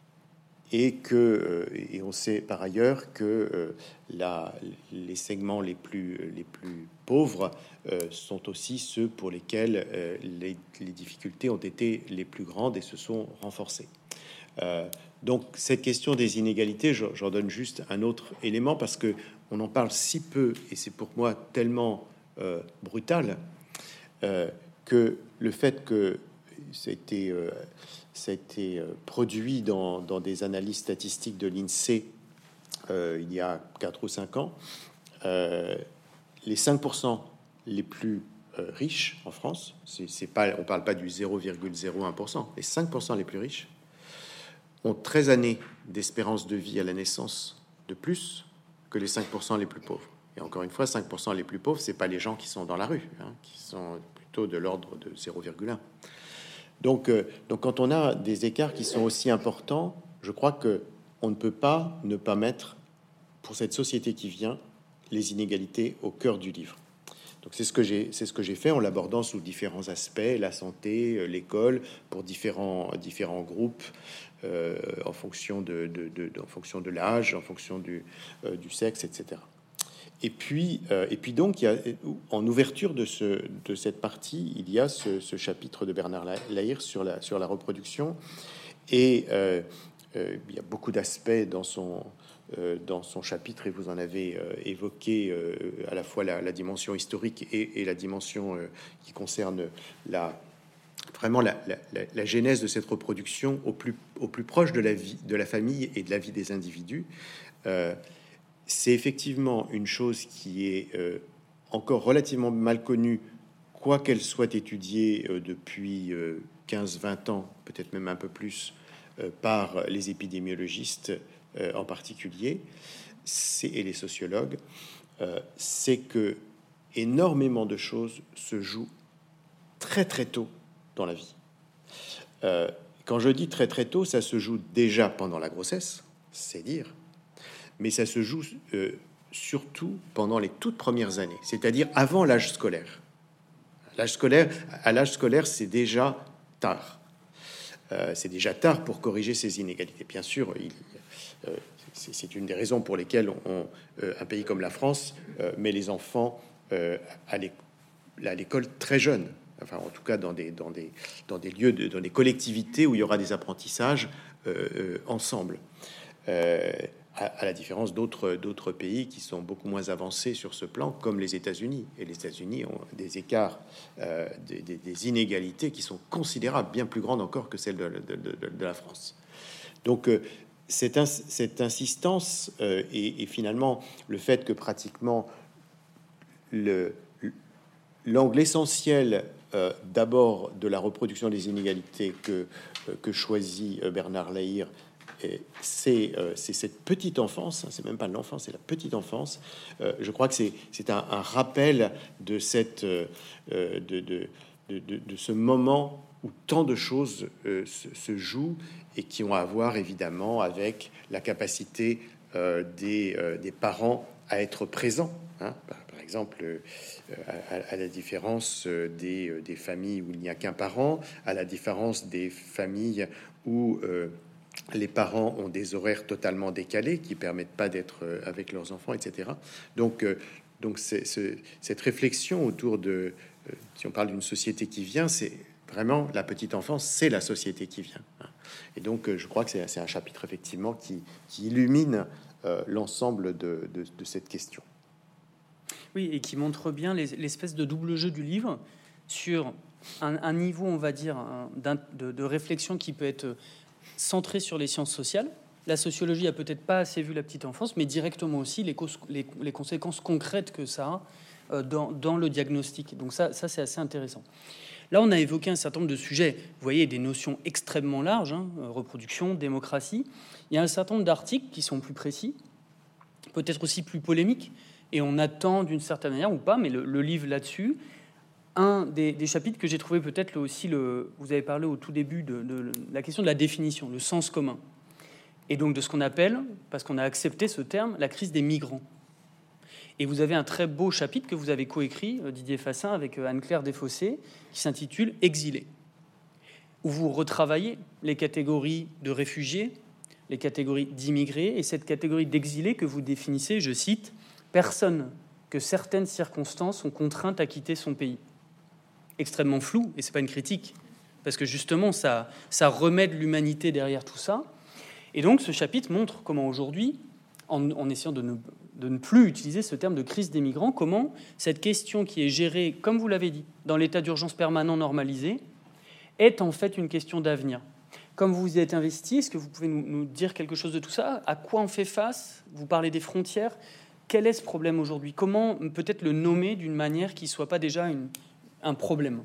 et que euh, et on sait par ailleurs que euh, la, les segments les plus les plus pauvres euh, sont aussi ceux pour lesquels euh, les, les difficultés ont été les plus grandes et se sont renforcées. Euh, donc cette question des inégalités, j'en donne juste un autre élément parce que on en parle si peu et c'est pour moi tellement euh, brutal euh, que le fait que c'était euh, ça a été produit dans, dans des analyses statistiques de l'INSEE euh, il y a quatre ou cinq ans. Euh, les cinq pour cent les plus euh, riches en France, c'est, c'est pas, on ne parle pas du zéro virgule zéro un pour cent, les cinq pour cent les plus riches ont treize années d'espérance de vie à la naissance de plus que les cinq pour cent les plus pauvres. Et encore une fois, cinq pour cent les plus pauvres, c'est pas les gens qui sont dans la rue, hein, qui sont plutôt de l'ordre de zéro virgule un. Donc, euh, donc, quand on a des écarts qui sont aussi importants, je crois que on ne peut pas ne pas mettre, pour cette société qui vient, les inégalités au cœur du livre. Donc, c'est ce que j'ai, c'est ce que j'ai fait en l'abordant sous différents aspects, la santé, l'école, pour différents différents groupes, euh, en fonction de, de, de, de, en fonction de l'âge, en fonction du, euh, du sexe, et cetera. Et puis, euh, et puis donc, il y a, en ouverture de, ce, de cette partie, il y a ce, ce chapitre de Bernard Lahire sur la, sur la reproduction. Et euh, euh, il y a beaucoup d'aspects dans son, euh, dans son chapitre, et vous en avez euh, évoqué euh, à la fois la, la dimension historique et, et la dimension euh, qui concerne la, vraiment la, la, la genèse de cette reproduction au plus, au plus proche de la vie, de la famille et de la vie des individus. Euh, C'est effectivement une chose qui est euh, encore relativement mal connue, quoi qu'elle soit étudiée euh, depuis euh, quinze vingt ans, peut-être même un peu plus, euh, par les épidémiologistes euh, en particulier, c'est, et les sociologues, euh, c'est que énormément de choses se jouent très très tôt dans la vie. Euh, quand je dis très très tôt, ça se joue déjà pendant la grossesse, c'est dire, mais ça se joue euh, surtout pendant les toutes premières années, c'est-à-dire avant l'âge scolaire. L'âge scolaire, à l'âge scolaire, c'est déjà tard. Euh, c'est déjà tard pour corriger ces inégalités. Bien sûr, il, euh, c'est, c'est une des raisons pour lesquelles on, euh, un pays comme la France euh, met les enfants euh, à, à l'école très jeunes. Enfin, en tout cas, dans des, dans des, dans des lieux, de, dans des collectivités où il y aura des apprentissages euh, euh, ensemble. Euh, à la différence d'autres d'autres pays qui sont beaucoup moins avancés sur ce plan, comme les États-Unis. Et les États-Unis ont des écarts, euh, des, des, des inégalités qui sont considérables, bien plus grandes encore que celles de, de, de, de la France. Donc, euh, cette, ins cette insistance euh, et, et finalement le fait que pratiquement le l'angle essentiel euh, d'abord de la reproduction des inégalités que, euh, que choisit Bernard Lahire, c'est euh, cette petite enfance, hein, c'est même pas l'enfance, c'est la petite enfance. Euh, je crois que c'est un, un rappel de, cette, euh, de, de, de, de, de ce moment où tant de choses euh, se, se jouent et qui ont à voir évidemment avec la capacité euh, des, euh, des parents à être présents. Hein, par exemple, euh, à, à la différence des, des familles où il n'y a qu'un parent, à la différence des familles où euh, les parents ont des horaires totalement décalés qui permettent pas d'être avec leurs enfants, et cetera. Donc, euh, donc c'est, c'est, cette réflexion autour de, euh, si on parle d'une société qui vient, c'est vraiment la petite enfance, c'est la société qui vient. Et donc, euh, je crois que c'est, c'est un chapitre effectivement qui, qui illumine euh, l'ensemble de, de, de cette question. Oui, et qui montre bien les, l'espèce de double jeu du livre sur un, un niveau, on va dire, un, de, de réflexion qui peut être centré sur les sciences sociales. La sociologie a peut-être pas assez vu la petite enfance, mais directement aussi les, causes, les, les conséquences concrètes que ça a euh, dans, dans le diagnostic. Donc ça, ça c'est assez intéressant. Là, on a évoqué un certain nombre de sujets. Vous voyez, des notions extrêmement larges, hein, reproduction, démocratie. Il y a un certain nombre d'articles qui sont plus précis, peut-être aussi plus polémiques, et on attend d'une certaine manière, ou pas, mais le, le livre là-dessus, un des, des chapitres que j'ai trouvé peut-être aussi, le, vous avez parlé au tout début de, de, de la question de la définition, le sens commun, et donc de ce qu'on appelle, parce qu'on a accepté ce terme, la crise des migrants. Et vous avez un très beau chapitre que vous avez coécrit, Didier Fassin, avec Anne-Claire Desfossés, qui s'intitule « Exilés », où vous retravaillez les catégories de réfugiés, les catégories d'immigrés, et cette catégorie d'exilés que vous définissez, je cite, « personne que certaines circonstances ont contrainte à quitter son pays ». Extrêmement flou, et c'est pas une critique, parce que justement, ça, ça remet de l'humanité derrière tout ça. Et donc, ce chapitre montre comment aujourd'hui, en, en essayant de ne, de ne plus utiliser ce terme de crise des migrants, comment cette question qui est gérée, comme vous l'avez dit, dans l'état d'urgence permanent normalisé, est en fait une question d'avenir. Comme vous y êtes investi, est-ce que vous pouvez nous, nous dire quelque chose de tout ça? À quoi on fait face? Vous parlez des frontières. Quel est ce problème aujourd'hui? Comment peut-être le nommer d'une manière qui ne soit pas déjà une, un problème?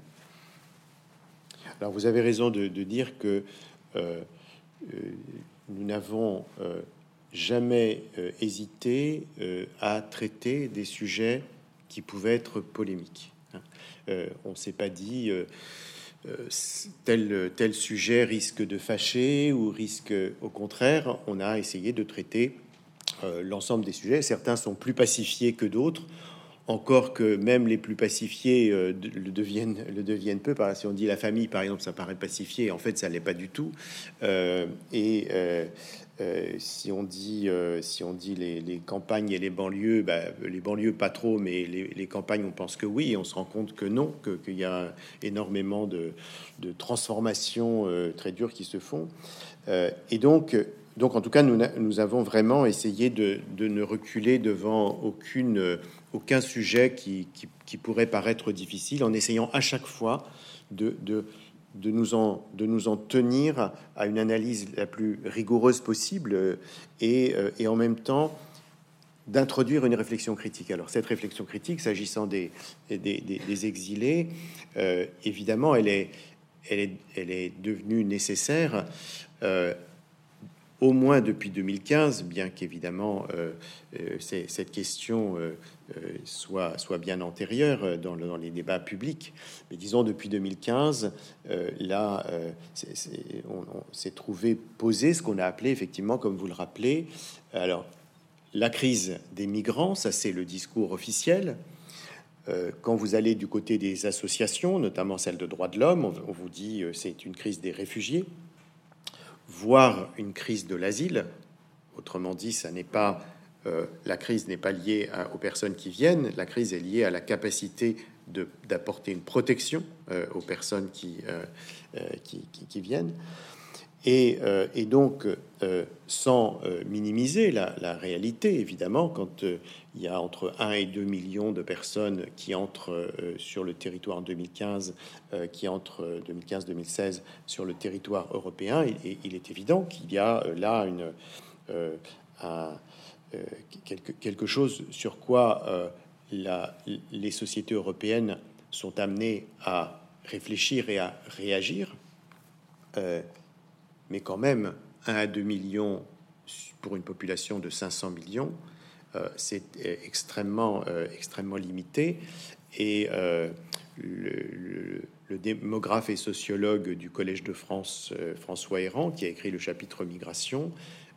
Alors, vous avez raison de, de dire que euh, euh, nous n'avons euh, jamais euh, hésité euh, à traiter des sujets qui pouvaient être polémiques. Hein. Euh, on ne s'est pas dit euh, euh, tel, tel sujet risque de fâcher ou risque, au contraire, on a essayé de traiter euh, l'ensemble des sujets. Certains sont plus pacifiés que d'autres. Encore que même les plus pacifiés euh, le, deviennent, le deviennent peu. Par, si on dit la famille, par exemple, ça paraît pacifié. En fait, ça l'est pas du tout. Euh, et euh, euh, si on dit, euh, si on dit les, les campagnes et les banlieues, bah, les banlieues pas trop, mais les, les campagnes, on pense que oui. Et on se rend compte que non, que, qu'il y a énormément de, de transformations euh, très dures qui se font. Euh, et donc... Donc, en tout cas, nous, nous avons vraiment essayé de, de ne reculer devant aucune, aucun sujet qui, qui, qui pourrait paraître difficile, en essayant à chaque fois de, de, de, nous en, de nous en tenir à une analyse la plus rigoureuse possible et, et en même temps d'introduire une réflexion critique. Alors, cette réflexion critique, s'agissant des, des, des, des exilés, euh, évidemment, elle est, elle, est, elle est devenue nécessaire euh, au moins depuis deux mille quinze, bien qu'évidemment euh, euh, cette question euh, soit, soit bien antérieure dans, le, dans les débats publics. Mais disons, depuis deux mille quinze, euh, là, euh, c'est, c'est, on, on s'est trouvé posé ce qu'on a appelé, effectivement, comme vous le rappelez, alors, la crise des migrants, ça c'est le discours officiel. Euh, quand vous allez du côté des associations, notamment celle de droits de l'homme, on, on vous dit euh, c'est une crise des réfugiés, voire une crise de l'asile. Autrement dit, ça n'est pas euh, la crise n'est pas liée à, aux personnes qui viennent. La crise est liée à la capacité de, d'apporter une protection euh, aux personnes qui, euh, euh, qui, qui, qui viennent. Et, euh, et donc, euh, sans euh, minimiser la, la réalité, évidemment, quand euh, il y a entre un et deux millions de personnes qui entrent euh, sur le territoire en deux mille quinze, euh, qui entrent deux mille quinze deux mille seize sur le territoire européen, et, et il est évident qu'il y a euh, là une, euh, un, euh, quelque, quelque chose sur quoi euh, la, les sociétés européennes sont amenées à réfléchir et à réagir. Euh, mais quand même, un à deux millions pour une population de cinq cents millions, euh, c'est extrêmement, euh, extrêmement limité. Et euh, le, le, le démographe et sociologue du Collège de France, euh, François Héran, qui a écrit le chapitre Migration,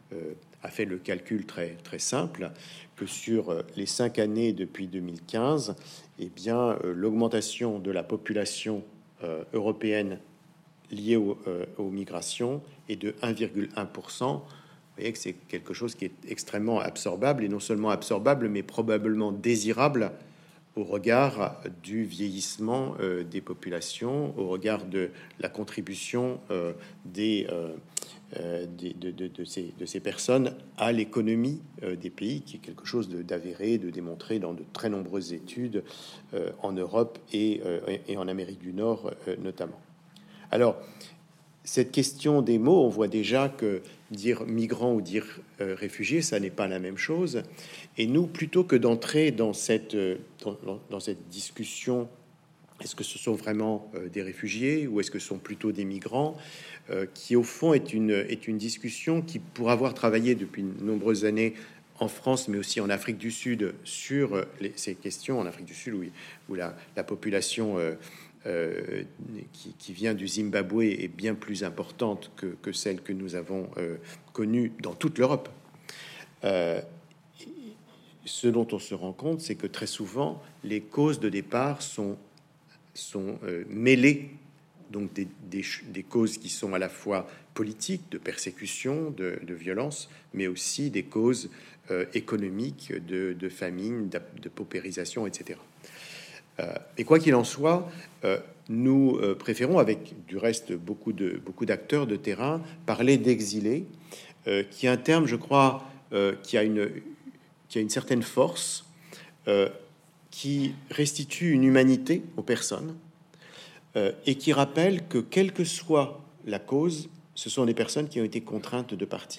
euh, a fait le calcul très, très simple que sur les cinq années depuis deux mille quinze, eh bien, euh, l'augmentation de la population euh, européenne liée au, euh, aux migrations est de un virgule un pour cent. Vous voyez que c'est quelque chose qui est extrêmement absorbable, et non seulement absorbable, mais probablement désirable au regard du vieillissement euh, des populations, au regard de la contribution euh, des, euh, euh, des, de, de, de, ces, de ces personnes à l'économie euh, des pays, qui est quelque chose d'avéré, de, de démontré dans de très nombreuses études euh, en Europe et, euh, et en Amérique du Nord euh, notamment. Alors, cette question des mots, on voit déjà que dire migrant ou dire euh, réfugié, ça n'est pas la même chose. Et nous, plutôt que d'entrer dans cette, euh, dans, dans cette discussion, est-ce que ce sont vraiment euh, des réfugiés ou est-ce que ce sont plutôt des migrants, euh, qui au fond est une, est une discussion qui, pour avoir travaillé depuis de nombreuses années en France, mais aussi en Afrique du Sud, sur les, ces questions, en Afrique du Sud, où, où la, la population... Euh, Euh, qui, qui vient du Zimbabwe est bien plus importante que, que celle que nous avons euh, connue dans toute l'Europe. Euh, ce dont on se rend compte, c'est que très souvent, les causes de départ sont, sont euh, mêlées, donc des, des, des causes qui sont à la fois politiques, de persécution, de, de violence, mais aussi des causes euh, économiques, de, de famine, de, de paupérisation, et cetera. Euh, et quoi qu'il en soit, euh, nous euh, préférons, avec du reste beaucoup de beaucoup d'acteurs de terrain, parler d'exilés, euh, qui est un terme, je crois, euh, qui a une qui a une certaine force, euh, qui restitue une humanité aux personnes euh, et qui rappelle que quelle que soit la cause, ce sont des personnes qui ont été contraintes de partir.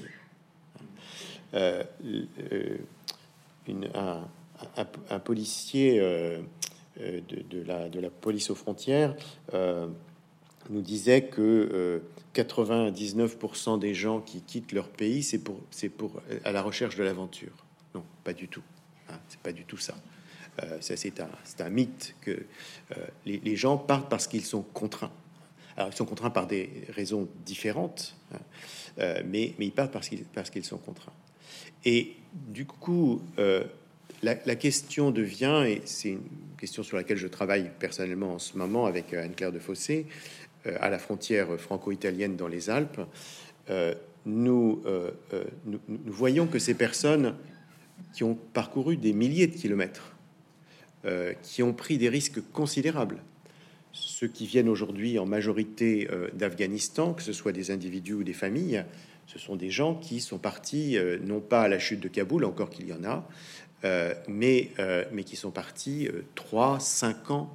Euh, euh, une, un, un, un policier euh, De, de, la, de la police aux frontières euh, nous disait que euh, quatre-vingt-dix-neuf pour cent des gens qui quittent leur pays, c'est pour, c'est pour à la recherche de l'aventure. Non, pas du tout. Hein, c'est pas du tout ça. Euh, ça c'est un, c'est un mythe que euh, les, les gens partent parce qu'ils sont contraints. Alors ils sont contraints par des raisons différentes, hein, euh, mais, mais ils partent parce qu'ils, parce qu'ils sont contraints. Et du coup, euh, La, la question devient, et c'est une question sur laquelle je travaille personnellement en ce moment avec Anne-Claire de Fossé, euh, à la frontière franco-italienne dans les Alpes, euh, nous, euh, euh, nous, nous voyons que ces personnes qui ont parcouru des milliers de kilomètres, euh, qui ont pris des risques considérables, ceux qui viennent aujourd'hui en majorité euh, d'Afghanistan, que ce soit des individus ou des familles, ce sont des gens qui sont partis, euh, non pas à la chute de Kaboul, encore qu'il y en a, Euh, mais, euh, mais qui sont partis euh, trois, cinq ans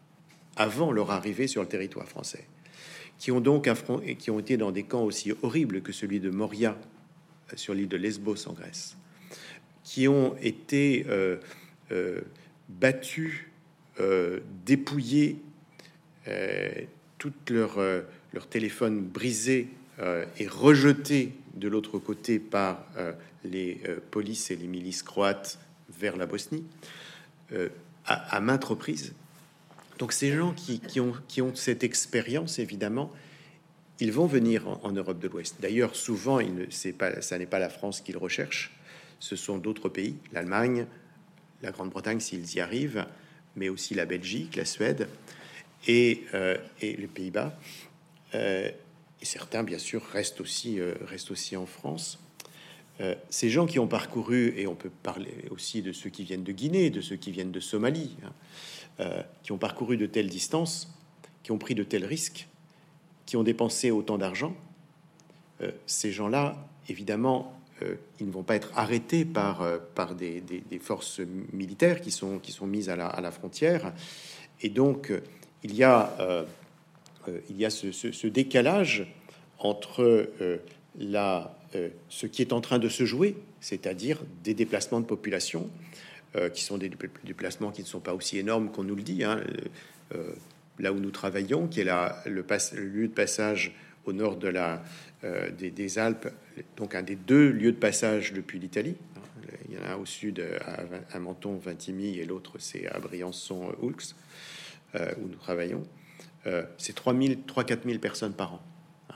avant leur arrivée sur le territoire français, qui ont donc affron- et qui ont été dans des camps aussi horribles que celui de Moria euh, sur l'île de Lesbos en Grèce, qui ont été euh, euh, battus, euh, dépouillés, euh, toutes leurs euh, leur téléphones brisés euh, et rejetés de l'autre côté par euh, les euh, polices et les milices croates vers la Bosnie, euh, à, à maintes reprises. Donc ces gens qui, qui, ont, qui ont cette expérience, évidemment, ils vont venir en, en Europe de l'Ouest. D'ailleurs, souvent, il ne, c'est pas, ça n'est pas la France qu'ils recherchent, ce sont d'autres pays, l'Allemagne, la Grande-Bretagne s'ils y arrivent, mais aussi la Belgique, la Suède et, euh, et les Pays-Bas. Euh, et certains, bien sûr, restent aussi, euh, restent aussi en France. Euh, ces gens qui ont parcouru, et on peut parler aussi de ceux qui viennent de Guinée, de ceux qui viennent de Somalie, hein, euh, qui ont parcouru de telles distances, qui ont pris de tels risques, qui ont dépensé autant d'argent, euh, ces gens-là, évidemment, euh, ils ne vont pas être arrêtés par, euh, par des, des, des forces militaires qui sont, qui sont mises à la, à la frontière. Et donc, euh, il y a, euh, euh, il y a ce, ce, ce décalage entre euh, la... Euh, ce qui est en train de se jouer, c'est-à-dire des déplacements de population, euh, qui sont des déplacements qui ne sont pas aussi énormes qu'on nous le dit, hein, euh, là où nous travaillons, qui est la, le, pass, le lieu de passage au nord de la, euh, des, des Alpes, donc un des deux lieux de passage depuis l'Italie. Il y en a un au sud à, à Menton, Vintimille, et l'autre c'est à Briançon, Oulx, euh, où nous travaillons. Euh, c'est trois mille, trois quatre mille personnes par an.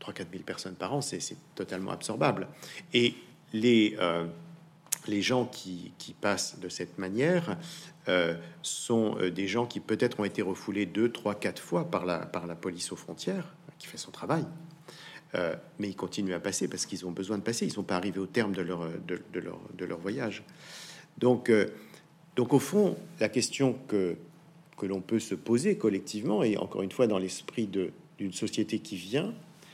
trois à quatre mille personnes par an, c'est totalement absorbable. Et les, euh, les gens qui, qui passent de cette manière euh, sont euh, des gens qui peut-être ont été refoulés deux, trois, quatre fois par la, par la police aux frontières, qui fait son travail. Euh, mais ils continuent à passer parce qu'ils ont besoin de passer. Ils ne sont pas arrivés au terme de leur, de, de leur, de leur voyage. Donc, euh, donc, au fond, la question que, que l'on peut se poser collectivement, et encore une fois dans l'esprit d'une société qui vient,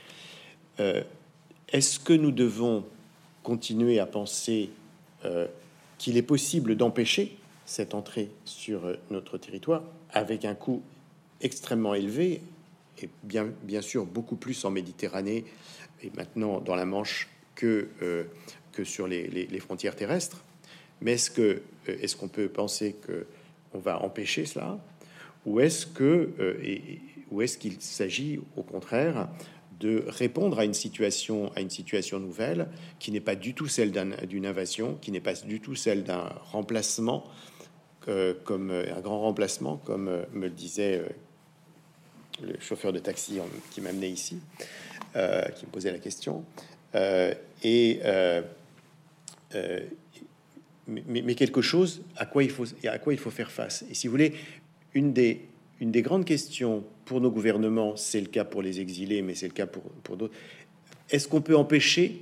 euh, est-ce que nous devons continuer à penser euh, qu'il est possible d'empêcher cette entrée sur notre territoire avec un coût extrêmement élevé, et bien, bien sûr beaucoup plus en Méditerranée et maintenant dans la Manche que, euh, que sur les, les, les frontières terrestres. Mais est-ce que est-ce qu'on peut penser que on va empêcher cela, ou est-ce que euh, et, ou est-ce qu'il s'agit au contraire de répondre à une situation à une situation nouvelle qui n'est pas du tout celle d'une invasion, qui n'est pas du tout celle d'un remplacement, euh, comme un grand remplacement, comme euh, me le disait euh, le chauffeur de taxi qui m'amenait ici, euh, qui me posait la question, euh, et, euh, euh, mais, mais quelque chose à quoi il faut, à quoi il faut faire face. Et si vous voulez, une des, une des grandes questions pour nos gouvernements, c'est le cas pour les exilés, mais c'est le cas pour, pour d'autres. Est-ce qu'on peut empêcher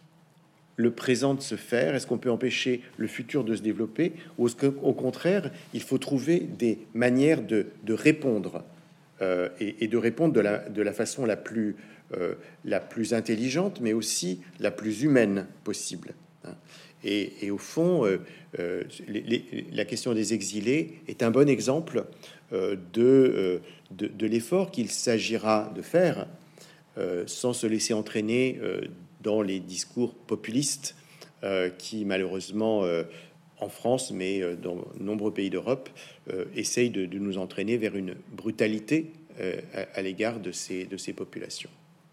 le présent de se faire? Est-ce qu'on peut empêcher le futur de se développer? Ou est-ce qu'au contraire, il faut trouver des manières de, de répondre Euh, et, et de répondre de la, de la façon la plus, euh, la plus intelligente, mais aussi la plus humaine possible. Hein. Et, et au fond, euh, euh, les, les, la question des exilés est un bon exemple euh, de, euh, de, de l'effort qu'il s'agira de faire euh, sans se laisser entraîner euh, dans les discours populistes euh, qui, malheureusement, euh, en France, mais dans de nombreux pays d'Europe, euh, essayent de, de nous entraîner vers une brutalité euh, à, à l'égard de ces, de ces populations.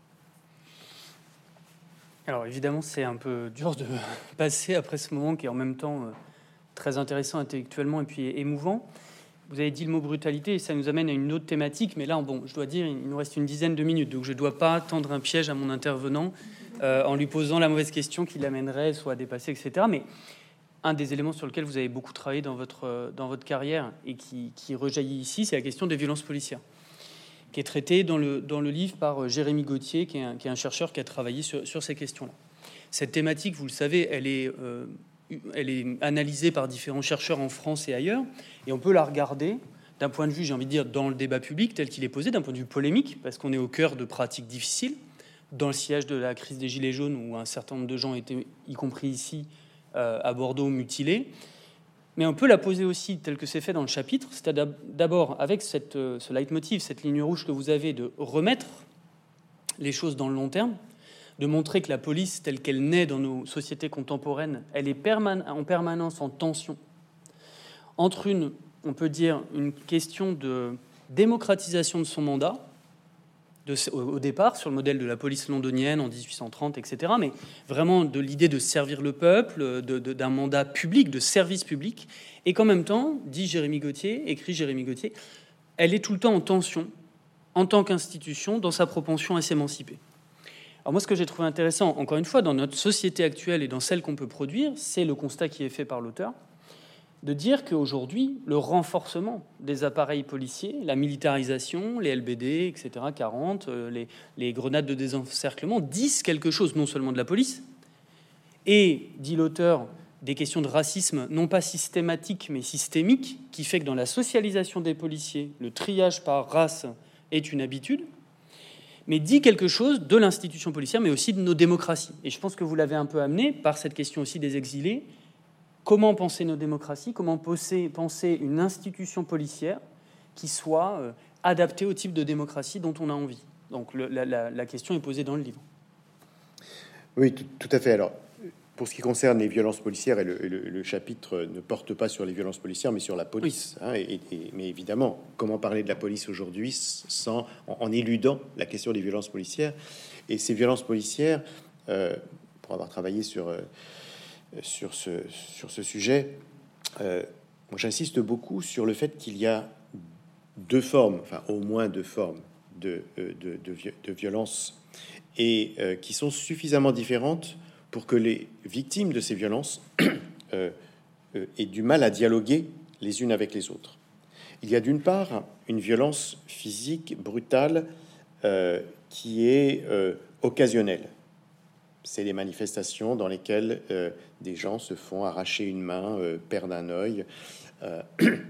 Alors évidemment, c'est un peu dur de passer après ce moment qui est en même temps euh, très intéressant intellectuellement et puis émouvant. Vous avez dit le mot brutalité et ça nous amène à une autre thématique, mais là, bon, je dois dire, il nous reste une dizaine de minutes, donc je ne dois pas tendre un piège à mon intervenant euh, en lui posant la mauvaise question qui l'amènerait soit à dépasser, et cetera. Mais un des éléments sur lesquels vous avez beaucoup travaillé dans votre, dans votre carrière et qui, qui rejaillit ici, c'est la question des violences policières, qui est traitée dans le, dans le livre par Jérémy Gauthier, qui est un, qui est un chercheur qui a travaillé sur, sur ces questions-là. Cette thématique, vous le savez, elle est, euh, elle est analysée par différents chercheurs en France et ailleurs, et on peut la regarder d'un point de vue, j'ai envie de dire, dans le débat public tel qu'il est posé, d'un point de vue polémique, parce qu'on est au cœur de pratiques difficiles, dans le sillage de la crise des Gilets jaunes, où un certain nombre de gens étaient, y compris ici, à Bordeaux, mutilés. Mais on peut la poser aussi tel que c'est fait dans le chapitre, c'est-à-dire d'abord avec cette, ce leitmotiv, cette ligne rouge que vous avez de remettre les choses dans le long terme, de montrer que la police telle qu'elle naît dans nos sociétés contemporaines, elle est perman- en permanence en tension entre une, on peut dire, une question de démocratisation de son mandat, De, au, au départ, sur le modèle de la police londonienne en dix-huit cent trente, et cetera, mais vraiment de l'idée de servir le peuple, de, de, d'un mandat public, de service public, et qu'en même temps, dit Jérémy Gauthier, écrit Jérémy Gauthier, elle est tout le temps en tension, en tant qu'institution, dans sa propension à s'émanciper. Alors moi, ce que j'ai trouvé intéressant, encore une fois, dans notre société actuelle et dans celle qu'on peut produire, c'est le constat qui est fait par l'auteur, de dire qu'aujourd'hui, le renforcement des appareils policiers, la militarisation, les L B D, et cetera, quarante, les, les grenades de désencerclement, disent quelque chose non seulement de la police, et, dit l'auteur, des questions de racisme, non pas systématiques, mais systémiques, qui fait que dans la socialisation des policiers, le triage par race est une habitude, mais dit quelque chose de l'institution policière, mais aussi de nos démocraties. Et je pense que vous l'avez un peu amené par cette question aussi des exilés. Comment penser nos démocraties? Comment penser, penser une institution policière qui soit euh, adaptée au type de démocratie dont on a envie? Donc le, la, la, la question est posée dans le livre. Oui, tout, tout à fait. Alors, pour ce qui concerne les violences policières, et le, et le, le chapitre ne porte pas sur les violences policières, mais sur la police. Oui. Hein, et, et, mais évidemment, comment parler de la police aujourd'hui sans, en, en éludant la question des violences policières? Et ces violences policières, euh, pour avoir travaillé sur... Euh, Sur ce, sur ce sujet, euh, moi j'insiste beaucoup sur le fait qu'il y a deux formes, enfin au moins deux formes de, de, de, de violence, et euh, qui sont suffisamment différentes pour que les victimes de ces violences euh, euh, aient du mal à dialoguer les unes avec les autres. Il y a d'une part une violence physique brutale euh, qui est euh, occasionnelle. C'est des manifestations dans lesquelles euh, des gens se font arracher une main, euh, perdent un œil, euh,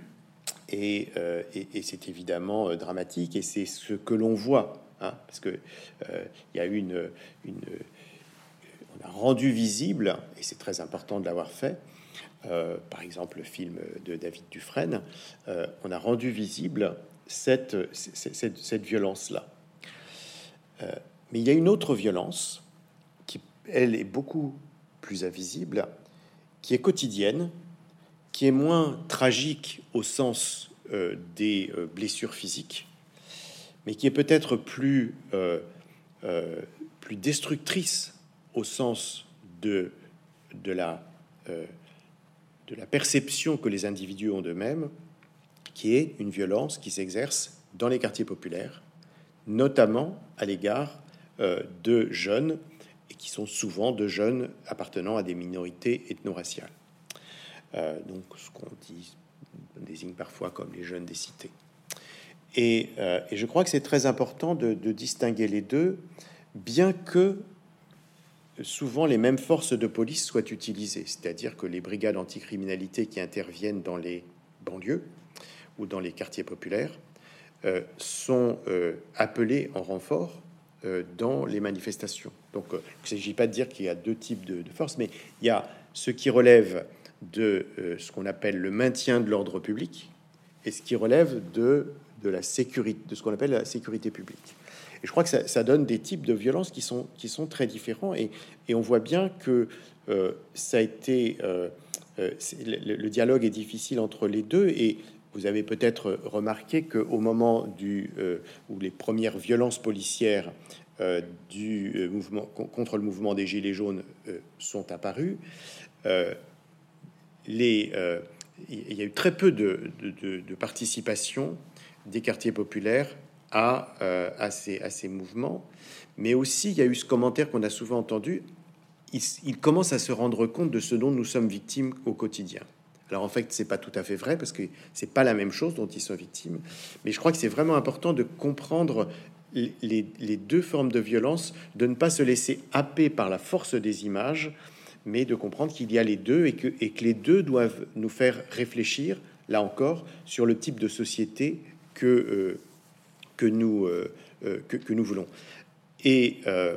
et, euh, et, et c'est évidemment euh, dramatique, et c'est ce que l'on voit, hein, parce que euh, il y a une, une, on a rendu visible, et c'est très important de l'avoir fait. Euh, par exemple, le film de David Dufresne, euh, on a rendu visible cette, cette, cette violence-là. Euh, mais il y a une autre violence qui, elle, est beaucoup plus invisible, qui est quotidienne, qui est moins tragique au sens euh, des euh, blessures physiques, mais qui est peut-être plus, euh, euh, plus destructrice au sens de, de la... Euh, de la perception que les individus ont d'eux-mêmes, qui est une violence qui s'exerce dans les quartiers populaires, notamment à l'égard euh, de jeunes, et qui sont souvent de jeunes appartenant à des minorités ethno-raciales. Euh, donc ce qu'on dit, on désigne parfois comme les jeunes des cités. Et, euh, et je crois que c'est très important de, de distinguer les deux, bien que souvent les mêmes forces de police soient utilisées, c'est-à-dire que les brigades anticriminalité qui interviennent dans les banlieues ou dans les quartiers populaires euh, sont euh, appelées en renfort euh, dans les manifestations. Donc euh, il ne s'agit pas de dire qu'il y a deux types de, de forces, mais il y a ce qui relève de euh, ce qu'on appelle le maintien de l'ordre public et ce qui relève de, de la sécurité, de ce qu'on appelle la sécurité publique. Et je crois que ça, ça donne des types de violences qui sont, qui sont très différents. Et, et on voit bien que euh, ça a été... Euh, euh, le, le dialogue est difficile entre les deux. Et vous avez peut-être remarqué qu'au moment du, euh, où les premières violences policières euh, du euh, mouvement, contre le mouvement des Gilets jaunes euh, sont apparues, euh, les, euh, il y a eu très peu de, de, de, de participation des quartiers populaires À, euh, à, ces, à ces mouvements, mais aussi il y a eu ce commentaire qu'on a souvent entendu, il, il commence à se rendre compte de ce dont nous sommes victimes au quotidien. Alors en fait c'est pas tout à fait vrai parce que c'est pas la même chose dont ils sont victimes, mais je crois que c'est vraiment important de comprendre les, les deux formes de violence, de ne pas se laisser happer par la force des images, mais de comprendre qu'il y a les deux et que, et que les deux doivent nous faire réfléchir, là encore, sur le type de société que euh, que nous, euh, que, que nous voulons. Et, euh,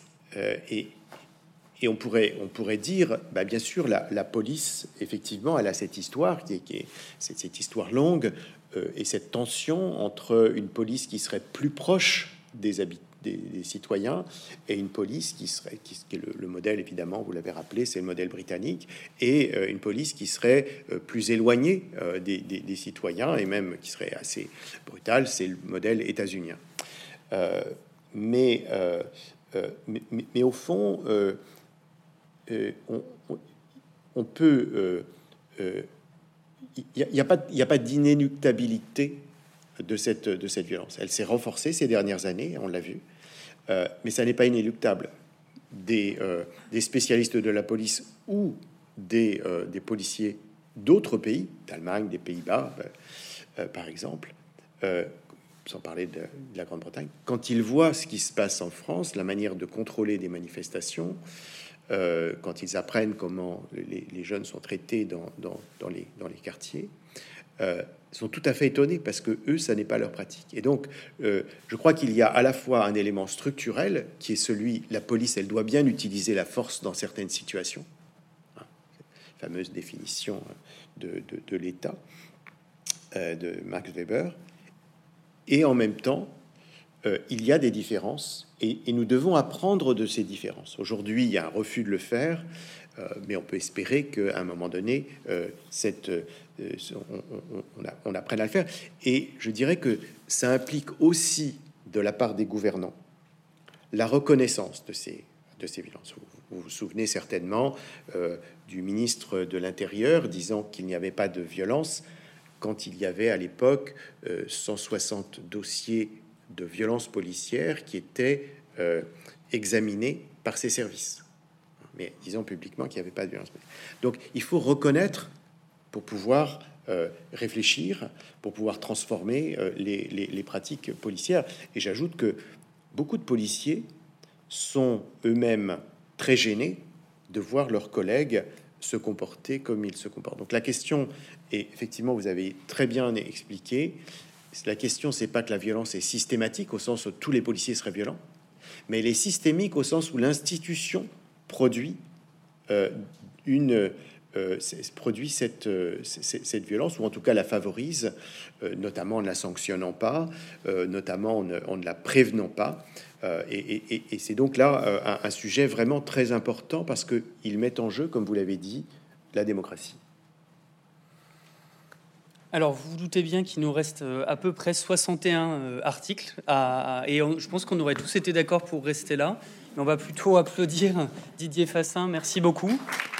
et, et on, pourrait, on pourrait dire, bah, bien sûr, la, la police, effectivement, elle a cette histoire, qui est, qui est cette, cette histoire longue, euh, et cette tension entre une police qui serait plus proche des habitants, des, des citoyens, et une police qui serait, qui, qui est le, le modèle, évidemment, vous l'avez rappelé, c'est le modèle britannique, et euh, une police qui serait euh, plus éloignée euh, des, des, des citoyens, et même qui serait assez brutale, c'est le modèle états-unien. Euh, mais, euh, euh, mais, mais, mais au fond, euh, euh, on, on, on peut... Euh, euh, il n'y a, a, a pas d'inéluctabilité de cette, de cette violence. Elle s'est renforcée ces dernières années, on l'a vu. Euh, mais ça n'est pas inéluctable. Des, euh, des spécialistes de la police ou des, euh, des policiers d'autres pays, d'Allemagne, des Pays-Bas, euh, par exemple, euh, sans parler de, de la Grande-Bretagne, quand ils voient ce qui se passe en France, la manière de contrôler des manifestations, euh, quand ils apprennent comment les, les jeunes sont traités dans, dans, dans, les, dans les quartiers, euh, sont tout à fait étonnés parce que eux, ça n'est pas leur pratique. Et donc, euh, je crois qu'il y a à la fois un élément structurel qui est celui, la police, elle doit bien utiliser la force dans certaines situations, hein, fameuse définition de, de, de l'État euh, de Max Weber. Et en même temps, euh, il y a des différences et, et nous devons apprendre de ces différences. Aujourd'hui, il y a un refus de le faire, euh, mais on peut espérer qu'à un moment donné, euh, cette Euh, on, on, on, a, on apprenne à le faire. Et je dirais que ça implique aussi de la part des gouvernants la reconnaissance de ces, de ces violences. Vous vous, vous souvenez certainement euh, du ministre de l'Intérieur disant qu'il n'y avait pas de violence quand il y avait à l'époque euh, cent soixante dossiers de violences policières qui étaient euh, examinée par ses services. Mais disons publiquement qu'il n'y avait pas de violence. Donc il faut reconnaître pour pouvoir euh, réfléchir, pour pouvoir transformer euh, les, les, les pratiques policières. Et j'ajoute que beaucoup de policiers sont eux-mêmes très gênés de voir leurs collègues se comporter comme ils se comportent. Donc la question est, effectivement, vous avez très bien expliqué, la question, c'est pas que la violence est systématique au sens où tous les policiers seraient violents, mais elle est systémique au sens où l'institution produit euh, une euh, produit cette, euh, cette violence, ou en tout cas la favorise, euh, notamment en ne la sanctionnant pas, euh, notamment en ne, en ne la prévenant pas. Euh, et, et, et c'est donc là euh, un, un sujet vraiment très important parce qu'il met en jeu, comme vous l'avez dit, la démocratie. Alors, vous vous doutez bien qu'il nous reste à peu près soixante et un articles, à, à, et on, je pense qu'on aurait tous été d'accord pour rester là. Mais on va plutôt applaudir Didier Fassin. Merci beaucoup.